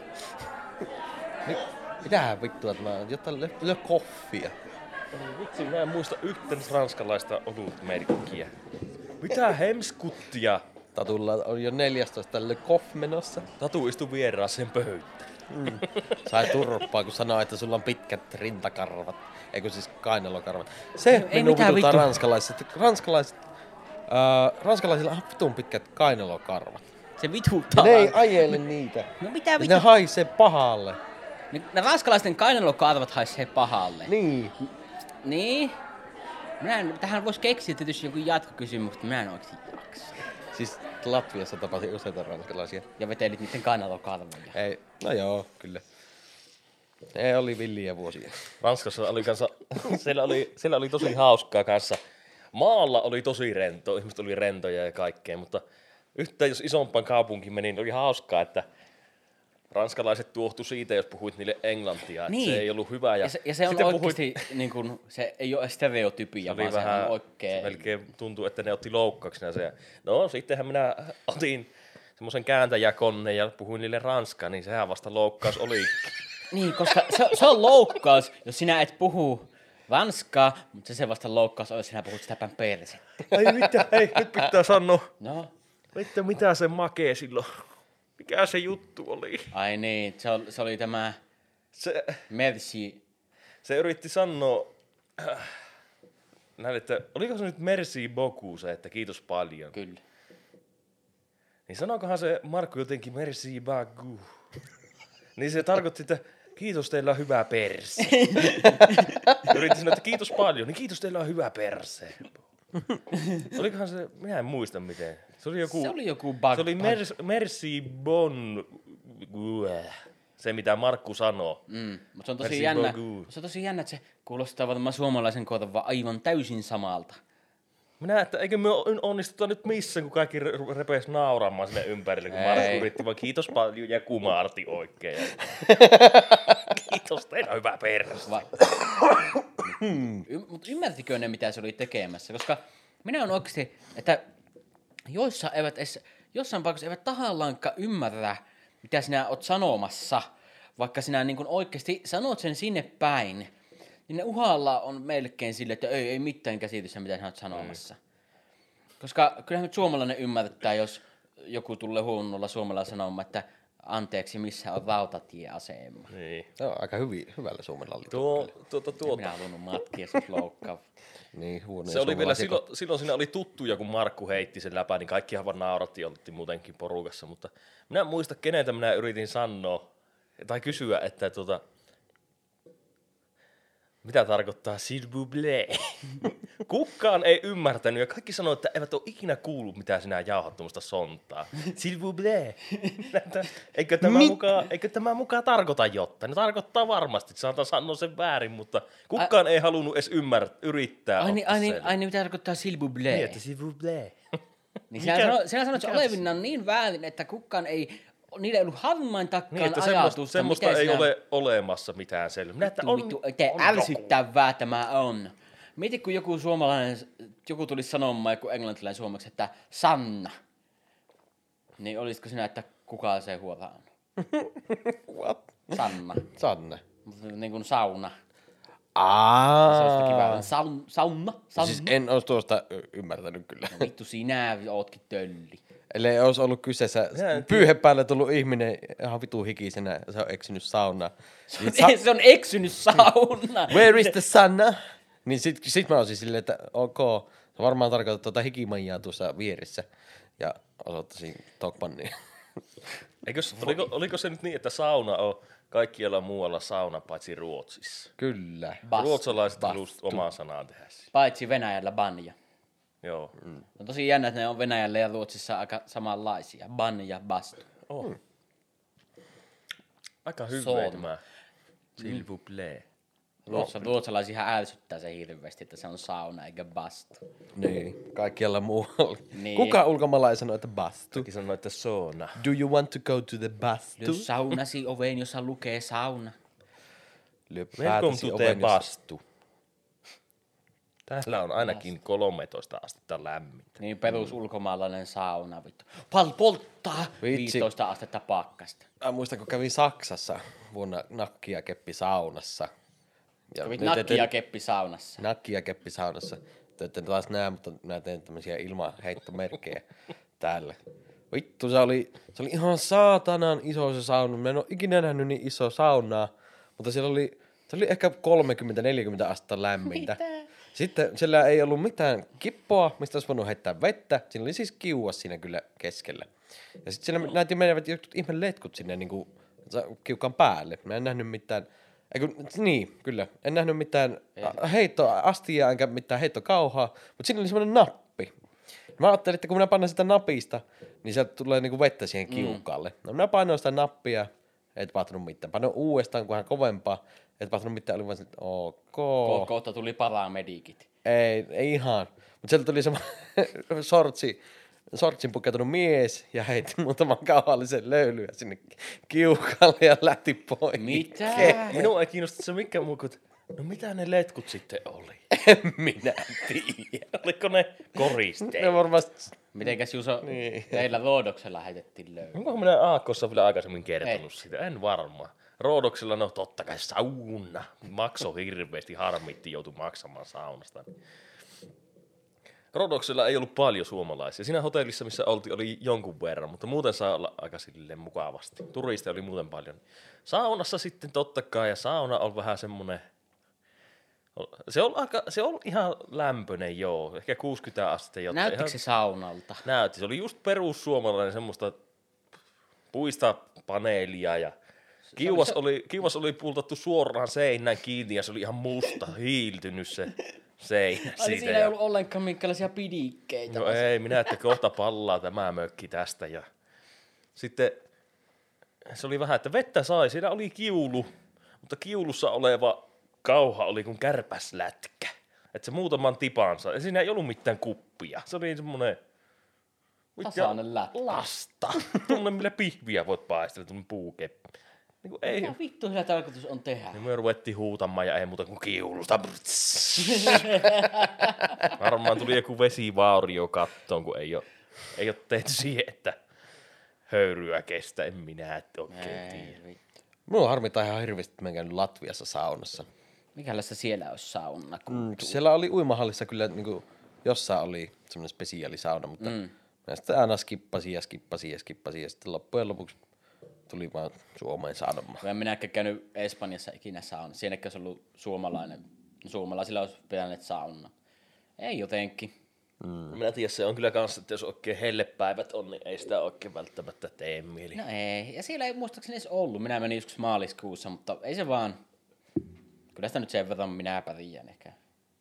Mitähän vittua tämä on? Jotain Le, Le Coffia. Vitsi, mä en muista yhtään ranskalaista olutmerkkiä. Mitä hemskuttia? Tatulla on jo neljästoista Le Coff menossa. Tatu istui vieraaseen pöytään. Mm. Sai turppaa, kun sanoi, että sulla on pitkät rintakarvat. Eikö siis kainalokarvat. Se ei minun vituttaa ranskalaiset. Ranskalaiset äh, ranskalaisilla on vitun pitkät kainalokarvat. Se vituttaa. Ne ei ajele niitä. No mitä vitu? Ne haisee pahalle. Ne, ne ranskalaisten kainalokarvat haisee pahalle. Niin. Niin? Minä en, tähän voisi keksiä tietysti joku jatkokysymys, mutta minä en oikeasti jaksa. Siis Latviassa tapasin useita ranskalaisia. Ja vetelit niiden kainalokarvoja. Ei, no joo, kyllä. Ne oli villiä vuosia. Ranskassa oli kanssa, siellä oli, siellä oli tosi hauskaa kanssa. Maalla oli tosi rento, ihmiset oli rentoja ja kaikkea, mutta yhtään jos isompaan kaupunkiin meni, niin oli hauskaa, että ranskalaiset tuohtu siitä, jos puhuit niille englantia, niin. Että se ei ollut hyvä. Ja, ja, se, ja se on oikeasti, puhuit... niin kun, se ei ole stereotypia, se vaan vähän, se on oikein. Se melkein tuntuu, että ne otti loukkauksena se. No sittenhän minä otin semmoisen kääntäjäkoneen ja puhuin niille ranskaa, niin sehän vasta loukkaus oli. Niin, koska se, se on loukkaus, jos sinä et puhu ranskaa, mutta se, se vasta loukkaus on, jos sinä puhut sitä päin persettä. Ai mitä, hei, nyt pitää sanoa. No, Mitä, mitä se makee silloin? Mikä se juttu oli? ai niin, se, oli, se oli tämä Se, merci. se yritti sanoa, äh, näin, että oliko se nyt merci beaucoup se, että kiitos paljon. Kyllä. Niin sanokohan se Markku jotenkin merci beaucoup. Niin se tarkoitti, että kiitos teillä on hyvä perse. Yritti sanoa, että kiitos paljon, niin kiitos teillä on hyvä perse. Olikohan se, minä en muista miten. Se oli joku, Se oli joku bug. se oli mer, merci bon, se mitä Markku sanoo. Mm, mutta se on tosi Merci jännä. beaucoup. Se on tosi jännä, että se kuulostaa varmaan suomalaisen korvan aivan täysin samalta. Minä, että eikö me onnistuta nyt missään, kun kaikki re- repes nauramaan sinne ympärille, kun Ei. Markku yritti vaan kiitos paljon ja kumarti oikein. Kiitos, teillä on hyvä perse. Va- y- Mutta ymmärtikö ne, mitä se oli tekemässä? Koska minä on oikeasti, että joissa eivät edes, jossain paikassa eivät tahallaankaan ymmärrä, mitä sinä oot sanomassa, vaikka sinä niin kuin oikeasti sanot sen sinne päin, niin ne uhalla on melkein sille, että ei, ei mitään käsitystä, mitä sinä oot sanomassa. Koska kyllähän nyt suomalainen ymmärtää, jos joku tulee huonolla suomalla sanomaan, että anteeksi, missä on rautatieasema. Niin. Se on aika hyvin, hyvällä suomella oli. Tuo, tuota, tuota. Minä halunnut matkia sut loukkaa. Niin, huono. Se oli vielä silloin, silloin siinä oli tuttuja, kun Markku heitti sen läpän, niin kaikkihan vaan nauratti ja oltiin muutenkin porukassa, mutta minä en muista, keneltä minä yritin sanoa tai kysyä, että tuota, mitä tarkoittaa s'il vous plaît? Kukaan ei ymmärtänyt ja kaikki sanoi, että eivät ole ikinä kuullut, mitä sinä jauhat tuommoista sontaa. S'il vous plaît. Että, eikö, tämä mukaan, eikö tämä mukaan tarkoita jotain? Ne tarkoittaa varmasti, että saatan sanoa sen väärin, mutta kukaan ai, ei halunnut edes ymmärtää, yrittää. Ai niin, ai niin, sen. ai niin, mitä tarkoittaa s'il vous plaît? Niin, että s'il vous plaît. Niin sinä, Mikä- sano, sinä sanoit se mikä- olevinnan niin väärin, että kukaan ei, niillä ei ollut harmaintakaan Niin, että ajatusta, semmoista, semmoista miten ei sinä... ole olemassa mitään selvää. Että on, Vittu, te on ärsyttävää tämä on. Mieti, kun joku suomalainen, joku tulisi sanomaan, joku englantilainen suomeksi, että Sanna. Niin olisiko sinä, että kuka se huora on? What? Sanna. Sanne. Niin kuin sauna. Aa. Se olisi kiva. Saun, sauna. Sauna. Siis en olisi tuosta y- ymmärtänyt kyllä. Vittu, sinä ootkin tölli. Ellei olisi ollut kyseessä Minä en pyyhe päälle tullut ihminen ihan vitu hikisenä ja se on eksynyt saunaan. Niin sa- Se on eksynyt sauna. Where is the Sanna? Niin sit, sit mä olisin silleen, että ok, se varmaan tarkoittaa tuota hikimajaa tuossa vieressä. Ja osoittaisin Tokmannia. Eikös, oliko, oliko se nyt niin, että sauna on kaikkialla muualla sauna paitsi Ruotsissa? Kyllä. Bastu. Ruotsalaiset bastu. halusivat omaa sanaa tehdä siihen. Paitsi Venäjällä banja. Joo. On tosi jännä, että ne on Venäjällä ja Ruotsissa aika samanlaisia. Ban ja bastu. Oh. Aika hyvä Soon. tämä. S'il vous plaît. Ruotsa, ruotsalaisia ärsyttää se hirveästi, että se on sauna eikä bastu. Niin, kaikkialla muualla. Niin. Kuka ulkomaalainen sanoo, että bastu? Kaikki sanoo, että sauna. Do you want to go to the bastu? Jos saunasi oveen, jossa lukee sauna. Lyö Welcome päätäsi to the oven, jos- bastu. Täällä on ainakin kolmetoista astetta lämmintä. Niin perus ulkomaalainen sauna, vittu. Pal polttaa Vitsi. viisitoista astetta pakkasta. Mä muistan, kun kävin Saksassa vuonna nakki ja keppi saunassa. Ja Kävit nyt nakki ja ette- keppi saunassa. nakki ja keppi saunassa. Te ette taas näe, mutta mä teen tämmöisiä ilmaheittomerkkejä täällä. Vittu, se oli, se oli ihan saatanan iso se sauna. Mä en ole ikinä nähnyt niin iso saunaa, mutta siellä oli, se oli ehkä kolmekymmentä neljäkymmentä astetta lämmintä. Sitten siellä ei ollut mitään kippoa, mistä olisi voinut heittää vettä. Siinä oli siis kiuas siinä kyllä keskellä. Ja sitten siellä näytti menevät jotkut ihme letkut sinne niin kuin kiukan päälle. Mä en nähnyt mitään, eikö, niin kyllä, en nähnyt mitään heittoastia enkä mitään heittokauhaa, mutta siinä oli semmoinen nappi. Mä ajattelin, että kun minä panen sitä napista, niin sieltä tulee niinku vettä siihen kiukaalle. No minä painoin sitä nappia, ei tapahtunut mitään. Painoin uudestaan, kunhan kovempaa, ei tapahtunut mitään. Oli vaan se, että ok. Ko- kohta tuli paramedikit. Ei, ei ihan. Mutta sieltä tuli semmoinen sortsi, sortsin pukeutunut mies ja heitti muutaman kauhallisen löylyä sinne kiukalle ja lähti pois. Mitä? Minua ei kiinnosta se mikä muu kuin, no mitä ne letkut sitten oli? En minä tiedä. Oliko ne koristeet? Ne varmasti Mitenkäs Juso, Niin. teillä Roodoksella heitettiin löydä? Onkohan minä Aakkossa vielä aikaisemmin kertonut sitä? En varmaan. Roodoksella, no totta kai sauna. Maksoi hirveästi, harmitti, joutui maksamaan saunasta. Roodoksella ei ollut paljon suomalaisia. Siinä hotellissa, missä oltiin, oli jonkun verran, mutta muuten saa olla aika silleen mukavasti. Turisteja oli muuten paljon. Saunassa sitten totta kai, ja sauna on vähän semmonen... Se on, aika, se on ihan lämpöinen, joo. Ehkä kuusikymmentä astetta. Jotta Näyttikö ihan... se saunalta? Näytti. Se oli just perussuomalainen semmoista puista paneelia ja kiuas oli, oli, kiuas oli pultattu suoraan seinään kiinni ja se oli ihan musta, hiiltynyt se seinä Ai siitä. siinä ei ollut ollenkaan minkälaisia pidikkeitä. No ei, minä että kohta pallaa tämä mökki tästä ja sitten se oli vähän, että vettä sai, siinä oli kiulu, mutta kiulussa oleva kauha oli kuin kärpäslätkä. Että se muutaman tipan sai. Ja siinä ei ollut mitään kuppia. Se oli semmoinen... Tasainen lätkä. Lasta. Tuommoinen, millä pihviä voit paistella, tuommoinen puukeppi. Niin kuin ei. Mitä vittu sillä tarkoitus on tehdä? Niin me ruvettiin huutamaan ja ei muuta kuin kiulusta. Varmaan tuli joku vesivaurio kattoon, kun ei ole, ei ole tehty siihen, että höyryä kestä. En minä oikein tiedä. Minua harmittaa ihan hirveästi, että mä en käynyt Latviassa saunassa. Mikäläistä siellä olisi sauna? Mm, siellä oli uimahallissa kyllä, niin kuin, jossain oli semmoinen spesiaalisauna, mutta mm. mä sitten aina skippasin ja skippasin ja skippasin ja sitten loppujen lopuksi tuli vaan Suomeen saunomaan. En minäkään käynyt Espanjassa ikinä sauna. Siinäkin olisi ollut suomalainen. Suomalaisilla olisi pitäneet sauna. Ei jotenkin. Mm. Minä tiedän, se on kyllä kanssa, että jos oikein hellepäivät on, niin ei sitä oikein välttämättä tee mieli. No ei. Ja siellä ei muistaakseni edes ollut. Minä menin joskus maaliskuussa, mutta ei se vaan... Kyllä sitä nyt sen verran minä pärjään ehkä.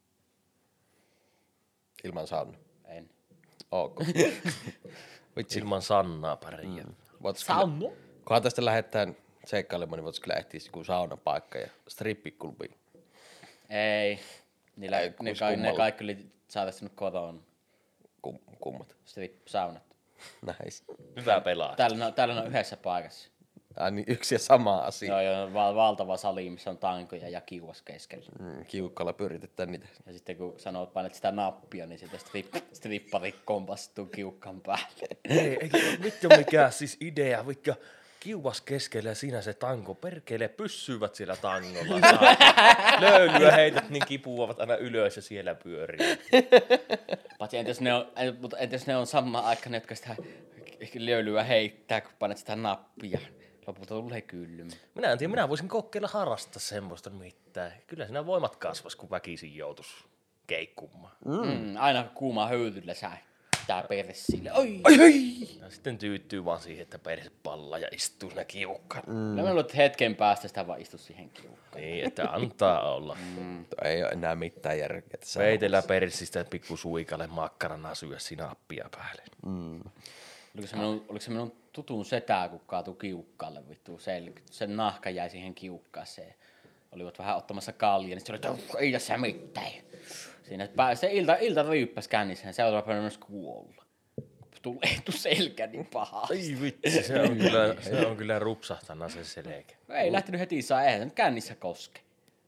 Ilman sauna. En. Ok. Vitsi. Ilman Sannaa pärjää. Mm. Sauna? Kunhan tästä lähdetään seikkailemaan, niin voitaisiin kyllä etsiä joku saunapaikka ja strippiklubi. Ei. Niillä, Ei, ne, kuis ka- ne kummalla. kaikki oli saatestunut kotoon. Kum, kummat. Strip-saunat. Näis. Hyvä pelaa. Täällä on, täällä on yhdessä paikassa. Ai niin, yksi ja sama asia. Joo, joo, val- valtava sali, missä on tankoja ja kiuas keskellä. Mm, kiukkalla pyöritetään niitä. Ja sitten kun sanoo, että painat sitä nappia, niin sitten strip, strippari kompastuu kiukkan päälle. Ei, eikä vittu mikä siis idea, vittu kiuas keskellä ja siinä se tanko, perkele, pyssyvät siellä tangolla. Löylyä heität, niin kipuavat aina ylös ja siellä pyörii. Paitsi entäs ne on, mutta entäs ne on sama aikana, jotka sitä löylyä heittää, kun painat sitä nappia. Lopulta tulee kylmä. Minä en tiedä, minä voisin kokeilla harrastaa semmoista mitään. Kyllä siinä voimat kasvas, kun väkisin joutus keikkumaan. Mm, aina kuuma höyryllä sää. Tää perse sille. Oi! Ai hei! Ja sitten tyytyy vaan siihen, että perse pallaa ja istuu siinä kiukkaan. Mm. Mä luulen, että hetken päästä sitä vaan istu siihen kiukkaan. Niin, että antaa olla. Mm. Ei ole enää mitään järkeä. Tässä Peitellä persistä pikku suikalle makkarana syö sinappia päälle. Mm. Oliko se minun, oliko se minun tutun setää, kun kaatui kiukkaalle vittu sel, sen nahka jäi siihen kiukkaaseen. Olivat vähän ottamassa kallia, niin se oli, että ei tässä mitään. Siinä pää, se ilta, ilta ryyppäsi kännissä ja seuraava päivänä myös kuolla. Tuli etu selkä niin pahasti. Ai vitsi, se on kyllä, se on kyllä rupsahtana se selkä. Ei lähtenyt heti saa, eihän se nyt kännissä koske.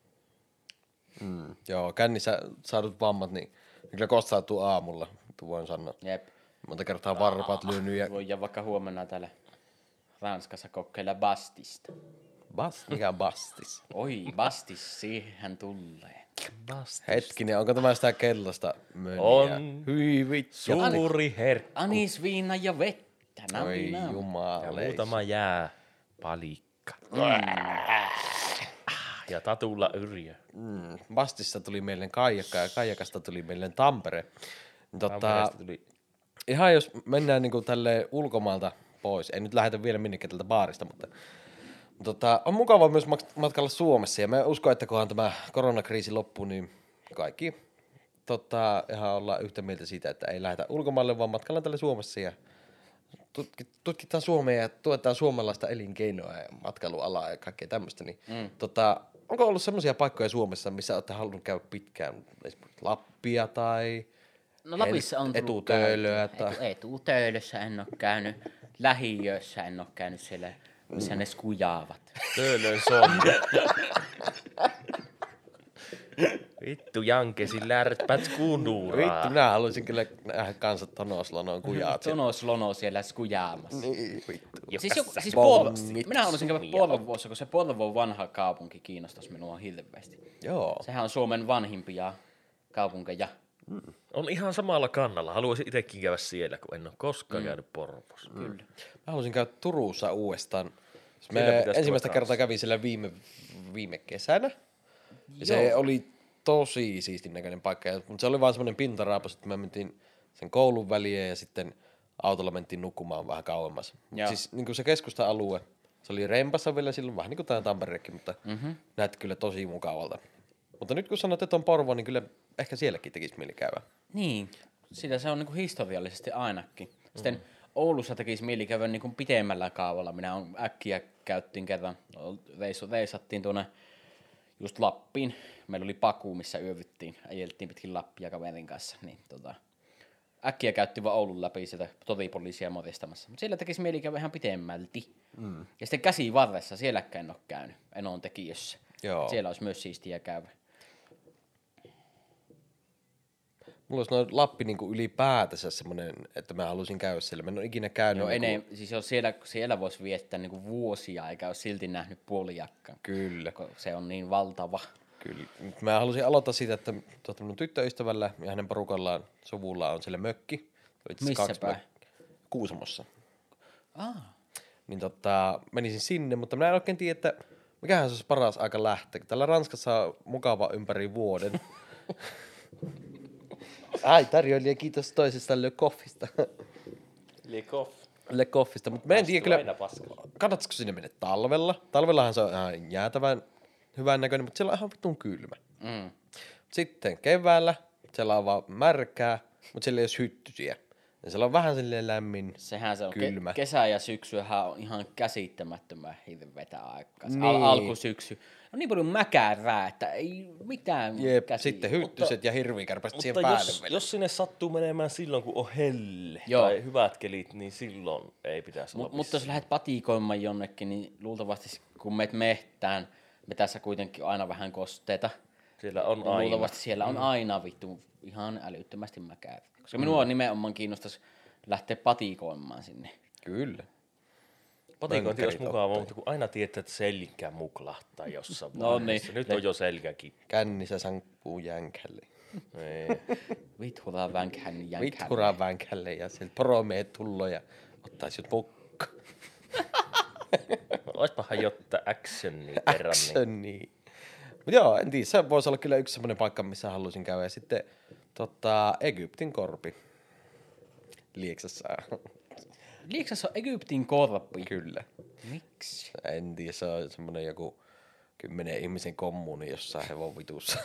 Mm. Joo, kännissä saadut vammat, niin ne kyllä kostautuu aamulla, tuo voin sanoa. Jep. Monta kertaa varpaat lyönyt ja... Voidaan vaikka huomenna täällä Ranskassa kokeilla bastista. Bast? Mikä on bastis? Oi, bastis, siihen tulee. Hetkinen, onko tämä sitä keltaista mönniä? On. Hyi vittu. Suuri herkku. Anis, viina ja vettä. Nam, Oi nam. Ja jumaleis. muutama jää palikka. Ja tatulla yrjö. Mm. Bastissa tuli meille Kaijakka ja Kaijakasta tuli meille Tampere. Tota, Tampereesta tuli ihan jos mennään niinku tälle ulkomaalta pois, ei nyt lähdetä vielä minnekään tältä baarista, mutta tota, on mukava myös matkalla Suomessa ja mä uskon, että kunhan tämä koronakriisi loppuu, niin kaikki tota, ihan ollaan yhtä mieltä siitä, että ei lähdetä ulkomaille, vaan matkalla täällä Suomessa ja tutki, tutkitaan Suomea ja tuetaan suomalaista elinkeinoa ja matkailualaa ja kaikkea tämmöistä. Niin, mm. tota, onko ollut semmoisia paikkoja Suomessa, missä olette halunnut käydä pitkään, esimerkiksi Lappia tai... No Lapissa on tullut Etutöölöä käytyä. tai... Etu, etutöölössä en ole käynyt. Lähiöissä en ole käynyt siellä, missä mm. ne skujaavat. Töölön sonja. Vittu Janke, sillä ärpät kunduraa. Vittu, minä haluaisin kyllä nähdä kanssa tonoslonon kujat. Tonos Lono siellä skujaamassa. Niin, vittu. Siis, joku, siis bombit. Porvo, minä haluaisin käydä Porvoossa, kun se Porvon vanha kaupunki kiinnostaisi minua hirveästi. Joo. Sehän on Suomen vanhimpia kaupunkeja. On ihan samalla kannalla. Haluaisin itsekin käydä siellä, kun en ole koskaan mm. käynyt Porvoossa. Kyllä. Mä haluaisin käydä Turussa uudestaan. Siellä Me pitäisi ensimmäistä tulla kertaa kanssa. kävin siellä viime, viime kesänä. Ja se oli tosi siistin näköinen paikka. Mutta se oli vaan semmoinen pintaraapos, että me mentiin sen koulun väliin ja sitten autolla mentiin nukkumaan vähän kauemmas. Mut Joo. siis niin kuin se keskusta-alue, se oli Rempassa vielä silloin, vähän niin kuin tämä Tampereekin, mutta mm-hmm. näytti kyllä tosi mukavalta. Mutta nyt kun sanot, että on Porvo, niin kyllä ehkä sielläkin tekisi mieli käydä. Niin, sitä se on niinku historiallisesti ainakin. Sitten mm. Oulussa tekisi mieli käydä niinku pitemmällä kaavalla. Minä on äkkiä käyttiin kerran, reisu, reisattiin tuonne just Lappiin. Meillä oli Paku, missä yövyttiin, ajeltiin pitkin Lappia kaverin kanssa. Niin, tota, äkkiä käyttiin vaan Oulun läpi sieltä totipoliisia moristamassa. Mutta siellä tekisi mieli käydä ihan pitemmälti. Mm. Ja sitten Käsivarressa, sielläkään en ole käynyt, en ole tekijössä. Joo. Siellä olisi myös siistiä käydä. Mulla olisi noin Lappi niin kuin ylipäätänsä semmoinen, että mä haluaisin käydä siellä. Mä en ole ikinä käynyt. Joo, niin enem, siis jos siellä, siellä voisi viettää niinku vuosia eikä ole silti nähnyt puolijakkaan. Kyllä. Kun se on niin valtava. Kyllä. Mä halusin aloittaa siitä, että tuota, mun tyttöystävällä ja hänen porukallaan suvulla on siellä mökki. Itse asiassa Missä kaksi päin? mökkiä. Kuusamossa. Ah. Niin tota, menisin sinne, mutta mä en oikein tiedä, että mikähän se olisi paras aika lähteä. Täällä Ranskassa on mukava ympäri vuoden. Ai, tarjoilija, kiitos toisesta Le Coffista. Le Coff. Le Coffista, mutta mä en tiedä kyllä, aina paskalla. kannattaisiko sinne mennä talvella. Talvellahan se on ihan jäätävän hyvän näköinen, mutta siellä on ihan vitun kylmä. Mm. Sitten keväällä siellä on vaan märkää, mutta siellä ei ole hyttysiä. Ja siellä on vähän silleen lämmin, Sehän se on. kylmä. Ke- kesä ja syksyhän on ihan käsittämättömän hirvetä aikaa. Niin. Al- alkusyksy. On niin paljon mäkärää, että ei mitään Jep, käsiä. sitten hyttyset ja hirvikärpäset siihen Mutta päälle jos, vielä. jos sinne sattuu menemään silloin, kun on helle Joo. tai hyvät kelit, niin silloin ei pitäisi olla Mut, mutta jos lähdet patikoimaan jonnekin, niin luultavasti kun meet mehtään, me tässä kuitenkin on aina vähän kosteita. Siellä on Niin aina. luultavasti siellä on aina vittu ihan älyttömästi mäkää. Koska minua nimenomaan kiinnostaisi lähteä patikoimaan sinne. Kyllä. Patikointi olisi Mönkärit mukavaa, ottaa. mutta kun aina tietää, että selkä muklahtaa jossain No vaiheessa. niin. Nyt on jo selkäkin. Kännissä sankkuu jänkälle. Ei. Vithuraa vänkähän jänkähän. Vithuraa vänkälle ja sieltä poromiehet tullo ja ottaisi jut mukka. Oispahan jotta actionia kerran. Niin. Action, niin. Mut joo, en tiedä, se voisi olla kyllä yksi semmoinen paikka, missä haluaisin käydä. Ja sitten tota, Egyptin korpi. Lieksassa. Lieksassa on Egyptin korpi. Kyllä. Miksi? En tiedä, se on semmoinen joku kymmenen ihmisen kommuni jossain hevon vitussa.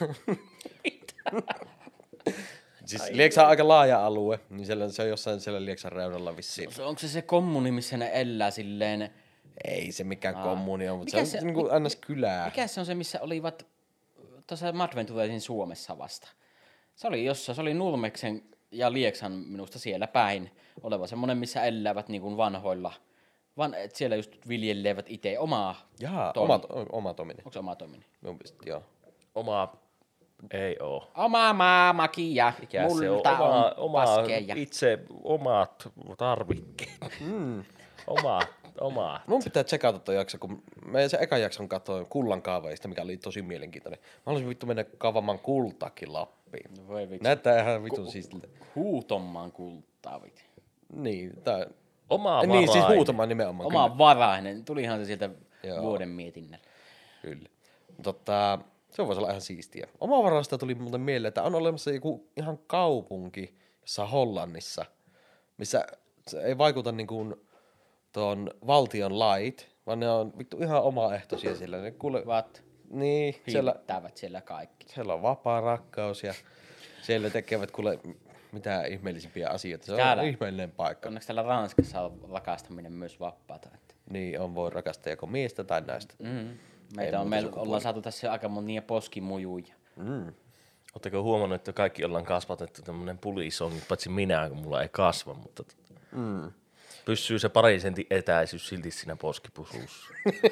Siis Lieksa on aika laaja alue, niin siellä, se on jossain siellä Lieksan reunalla vissiin. Se- Onko se se kommuni, missä ne elää silleen... Ei se mikään kommuni on, mutta Mikä se on se- niinku annas kylää. Mikä se on se, missä olivat tuossa Madventureisin Suomessa vasta? Se oli jossain, se oli Nurmeksen ja Lieksan minusta siellä päin oleva semmoinen, missä elävät niin kuin vanhoilla. Van, et siellä just viljelevät itse omaa Jaa, toimi. oma, oma tominen. Onko se oma toimini? Mun mielestä, joo. Oma ei oo. Oma maamakia, Mikä se on? multa on, Oma, on oma, paskeja. itse omat tarvikkeet. Mm. Omat, omat. Mun pitää tsekata toi jakso, kun mä sen ekan jakson katsoin kullan kaavaista, mikä oli tosi mielenkiintoinen. Mä haluaisin vittu mennä kaavamaan kultaakin Lappiin. Voi vitsi. Näyttää ihan vitun siistiltä. Huutommaan kultaa vit. Niin, tää... Oma Niin, siis varainen. huutamaan nimenomaan. Oma Kyllä. varainen, tulihan se sieltä Joo. vuoden mietinnällä. Kyllä. Tota, se voisi olla ihan siistiä. Omavarasta tuli muuten mieleen, että on olemassa joku ihan kaupunki jossain Hollannissa, missä se ei vaikuta niin kuin tuon valtion lait, vaan ne on vittu ihan omaehtoisia siellä. Ne kuule, Vat niin, siellä, hiittävät siellä kaikki. siellä on vapaa rakkaus ja siellä tekevät kuule mitä ihmeellisimpiä asioita. Se Täällä. on ihmeellinen paikka. Onneksi täällä Ranskassa on rakastaminen myös vapaata. Että. Niin, on voi rakastaa joko miestä tai naista. Mm. Meitä Ei on, muuta me sukupuolia. ollaan saatu tässä aika monia poskimujuja. Mm. Oletteko huomannut, että kaikki ollaan kasvatettu tämmönen pulisongi, paitsi minä, kun mulla ei kasva, mutta... Mm. pysyy se parin sentin etäisyys silti siinä poskipusussa.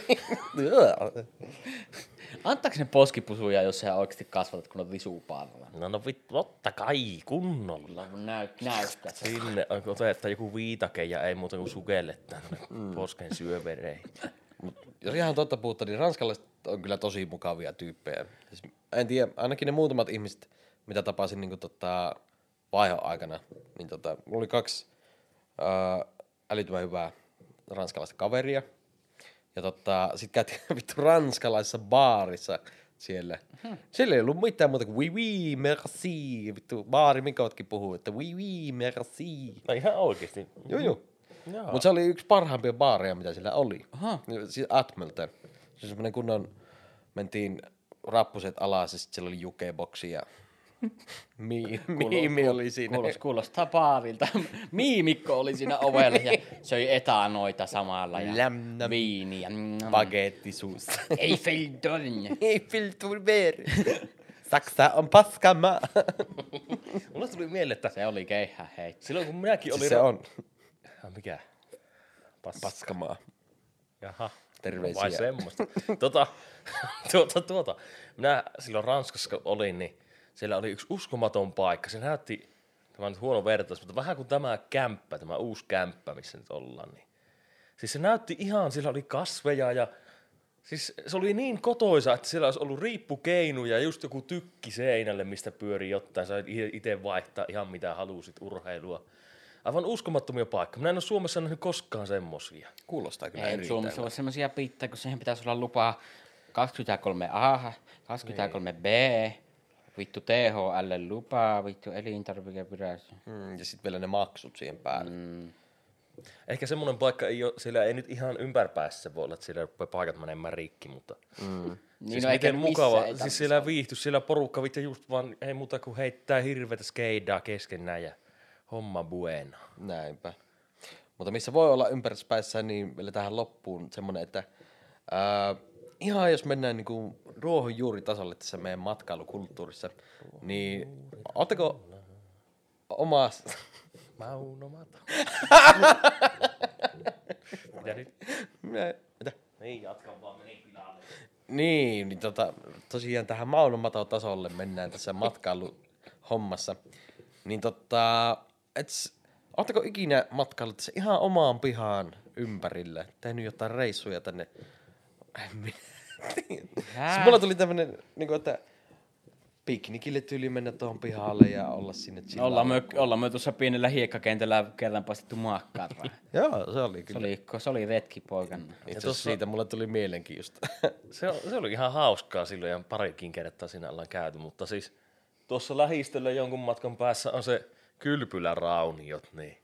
Antaako ne poskipusuja, jos sä oikeasti kasvatat, kun on visuparra? No no vittu, totta kai, kunnolla. Näyt, näyttää. Sinne otetaan joku viitake ja ei muuta kuin sukellettaan mm. posken syövereihin. Jos ihan totta puhuttu, niin ranskalaiset on kyllä tosi mukavia tyyppejä. Siis, en tiedä, ainakin ne muutamat ihmiset, mitä tapasin niin tota, vaihon aikana, niin tota, mulla oli kaksi ää, älyttömän hyvää ranskalaista kaveria. Ja tota, sit käytiin vittu ranskalaisessa baarissa siellä. Hmm. Siellä ei ollut mitään muuta kuin oui oui merci. Vittu baari Mikotkin puhuu, että oui oui merci. No ihan oikeesti. Joo joo. Mutta se oli yksi parhaimpia baareja, mitä siellä oli. Aha. Siis Atmelten. Se on semmonen kunnon, mentiin rappuset alas ja sit siellä oli jukeboksi ja Mi- miimi oli siinä. Kuulos, kuulostaa baarilta. Miimikko oli siinä ovella ja söi etanoita samalla ja Lämnä viiniä. bagetti suussa. Eiffeltorn. Eiffelturm. Saksa on paskamaa. Mulle tuli mieleen, että Se oli keihä, hei. silloin kun minäkin olin... Siis se on Ah, mikä? Pas... paskamaa. Jaha. Terveisiä. Vai semmoista. tuota, tuota, tuota. Minä silloin Ranskassa kun olin, niin siellä oli yksi uskomaton paikka. Se näytti, tämä on nyt huono vertaus, mutta vähän kuin tämä kämppä, tämä uusi kämppä, missä nyt ollaan. Niin. Siis se näytti ihan, siellä oli kasveja ja siis se oli niin kotoisa, että siellä olisi ollut riippukeinuja ja just joku tykki seinälle, mistä pyöri jotain. Sait itse vaihtaa ihan mitä halusit urheilua. Aivan uskomattomia paikkoja. Minä en ole Suomessa nähnyt koskaan semmosia. Kuulostaa kyllä Ei erittäin. Suomessa ole semmosia pitää, kun siihen pitäisi olla lupaa kaksikymmentäkolme A, kaksikymmentäkolme B, vittu T H L lupaa, vittu elintarvikevirasto. Mm, ja sitten vielä ne maksut siihen päälle. Mm. Ehkä semmoinen paikka ei ole, siellä ei nyt ihan ympärpäässä voi olla, että siellä rupeaa paikat menemään rikki, mutta Mm. siis Niin, no eikä miten missään mukava, ei siis siellä viihty, siellä porukka vittu just vaan, ei muuta kuin heittää hirveätä skeidaa keskenään ja homma buena. Näinpä. Mutta missä voi olla ympärispäissä, niin vielä tähän loppuun semmoinen, että ää, ihan jos mennään niinku ruohonjuuritasolle tässä meidän matkailukulttuurissa, niin ootteko omas... Mauno Mato. Mitä nyt? Mitä? Mitä? Niin, jatka vaan, meni pilalle. Niin, niin tota, tosiaan tähän Mauno Mato-tasolle mennään tässä matkailuhommassa. Niin tota, ets, ootteko ikinä matkailut tässä ihan omaan pihaan ympärille? Tehnyt jotain reissuja tänne? Siis mulla tuli tämmönen, niinku, että piknikille tyyli mennä tuohon pihalle ja olla sinne chillaa. Ollaan me, ollaan me tuossa pienellä hiekkakentällä kerran paistettu maakkaraa. Joo, se oli Se kyllä. oli, se oli retki poikana. Itse asiassa tossa- siitä mulle tuli mielenkin just. Se, on- se oli ihan hauskaa silloin ja parikin kertaa siinä ollaan käyty, mutta siis tuossa lähistöllä jonkun matkan päässä on se kylpylärauniot, niin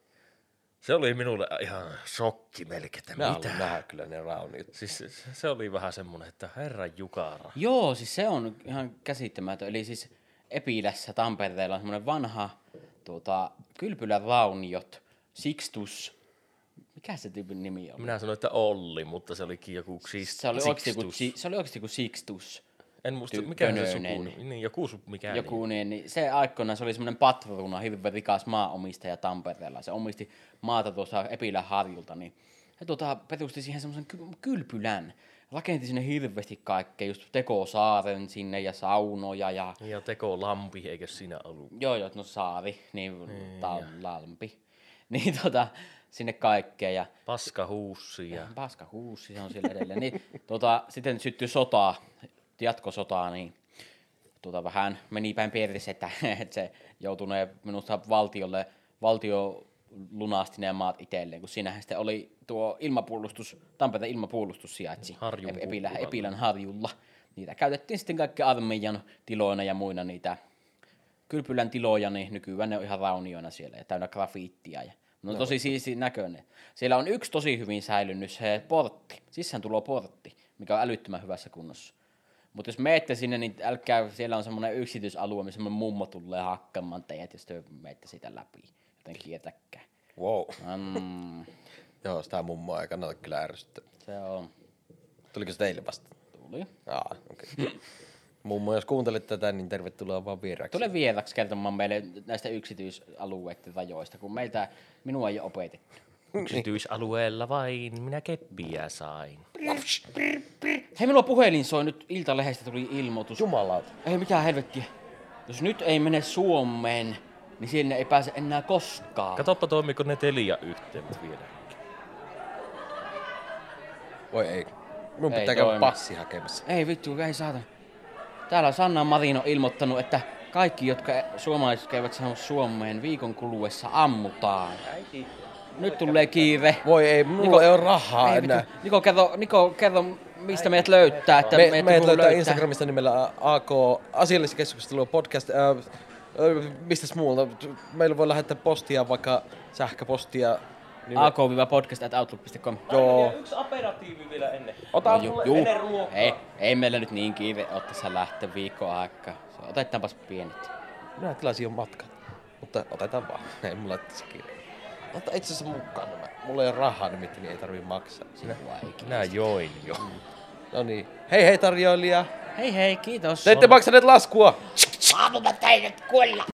se oli minulle ihan shokki melkein, että Mä haluan mitä. nähdä kyllä ne rauniot. Siis se, se oli vähän semmonen, että herran jukara. Joo, siis se on ihan käsittämätön. Eli siis Epilässä Tampereella on semmoinen vanha tuota, kylpylän rauniot, Sixtus. Mikä se tyypin nimi on? Minä sanoin, että Olli, mutta se olikin joku Sixtus. Se oli oikeasti joku, si- se oli oikeasti joku Sixtus. En muista, Ty- mikä se Könönen. suku, niin joku su, mikä Joku niin, niin se aikoinaan se oli semmoinen patruuna, hirveän rikas maanomistaja Tampereella. Se omisti maata tuossa Epilän harjulta, niin he tuota, perusti siihen semmoisen ky- kylpylän. Rakenti sinne hirveästi kaikkea, just tekosaaren sinne ja saunoja ja... Niin, ja Teko Lampi, eikö siinä ollut? Joo, joo, no saari, niin, niin ta- lampi. Niin tota, sinne kaikkea ja... Paskahuussi ja... Paska huussi, se on siellä edelleen. Niin, tota, sitten syttyi sota, jatkosotaa, niin tota, vähän meni päin piirissä, että, että se joutui ne minusta valtiolle, valtio lunasti ne maat itselleen, kun siinähän sitten oli tuo ilmapuolustus, Tampereen ilmapuolustus sijaitsi Harjun Ep- Epilän, puolella. Epilän harjulla. Niitä käytettiin sitten kaikki armeijan tiloina ja muina niitä kylpylän tiloja, niin nykyään ne on ihan raunioina siellä ja täynnä grafiittia. Ja no, no tosi siisti näköinen. Siellä on yksi tosi hyvin säilynyt se portti, sisääntuloportti, mikä on älyttömän hyvässä kunnossa. Mutta jos meette sinne, niin älkää, siellä on semmoinen yksityisalue, missä semmoinen mummo tulee hakkamaan teidät, jos te meette sitä läpi. Joten kiertäkää. Wow. Mm, Joo, sitä mummoa ei kannata kyllä ärsyttää. se on. Tuliko se teille vasta? Tuli. Aa, okei. Okay. Mummo, jos kuuntelet tätä, niin tervetuloa vaan vieraksi. Tule vieraksi kertomaan meille näistä yksityisalueiden rajoista, kun meiltä minua ei ole opetettu. Yksityisalueella vain minä keppiä sain. Hei, minulla puhelin soi nyt, Iltalehdestä tuli ilmoitus. Jumalauta. Ei mitään helvettiä. Jos nyt ei mene Suomeen, niin sinne ei pääse enää koskaan. Katoppa toimiiko ne Telia-yhteydet vielä. Voi ei. Mun Ei pitää käydä toimi. passi hakemassa. Ei vittu, ei saata. Täällä on Sanna Marino ilmoittanut, että kaikki, jotka suomalaiset käyvät saanut Suomeen viikon kuluessa ammutaan. Nyt tulee kiire. Voi ei, mulla Niko- ei ole rahaa Ei, enää. vittu. Niko, kerro, Niko, kerro, mistä meidät löytää. Että Me, meidät meidät joku löytää Instagramista nimellä A K Asialliskeskustelua podcast. Äh, äh, mistäs muualta? Meillä voi lähettää postia, vaikka sähköpostia. A K-podcast at outlook piste com. Joo. Yksi operatiivi vielä ennen. Ota No, ju, ju. Ei, ei meillä nyt niin kiire ole tässä lähtö viikon aikaa. Otetaanpas pienet. Minä tilasin jo matkan. Mutta otetaan vaan. Ei mulla ole tässä kiire. Ota itse asiassa mukaan nämä. Mulla ei ole rahaa nimittäin, niin ei tarvii maksaa. Sinä vaikea. Minä join jo. No niin. Hei hei tarjoilija. Hei hei, kiitos. Te ette maksaneet laskua. Saavutamme teidät kuolla.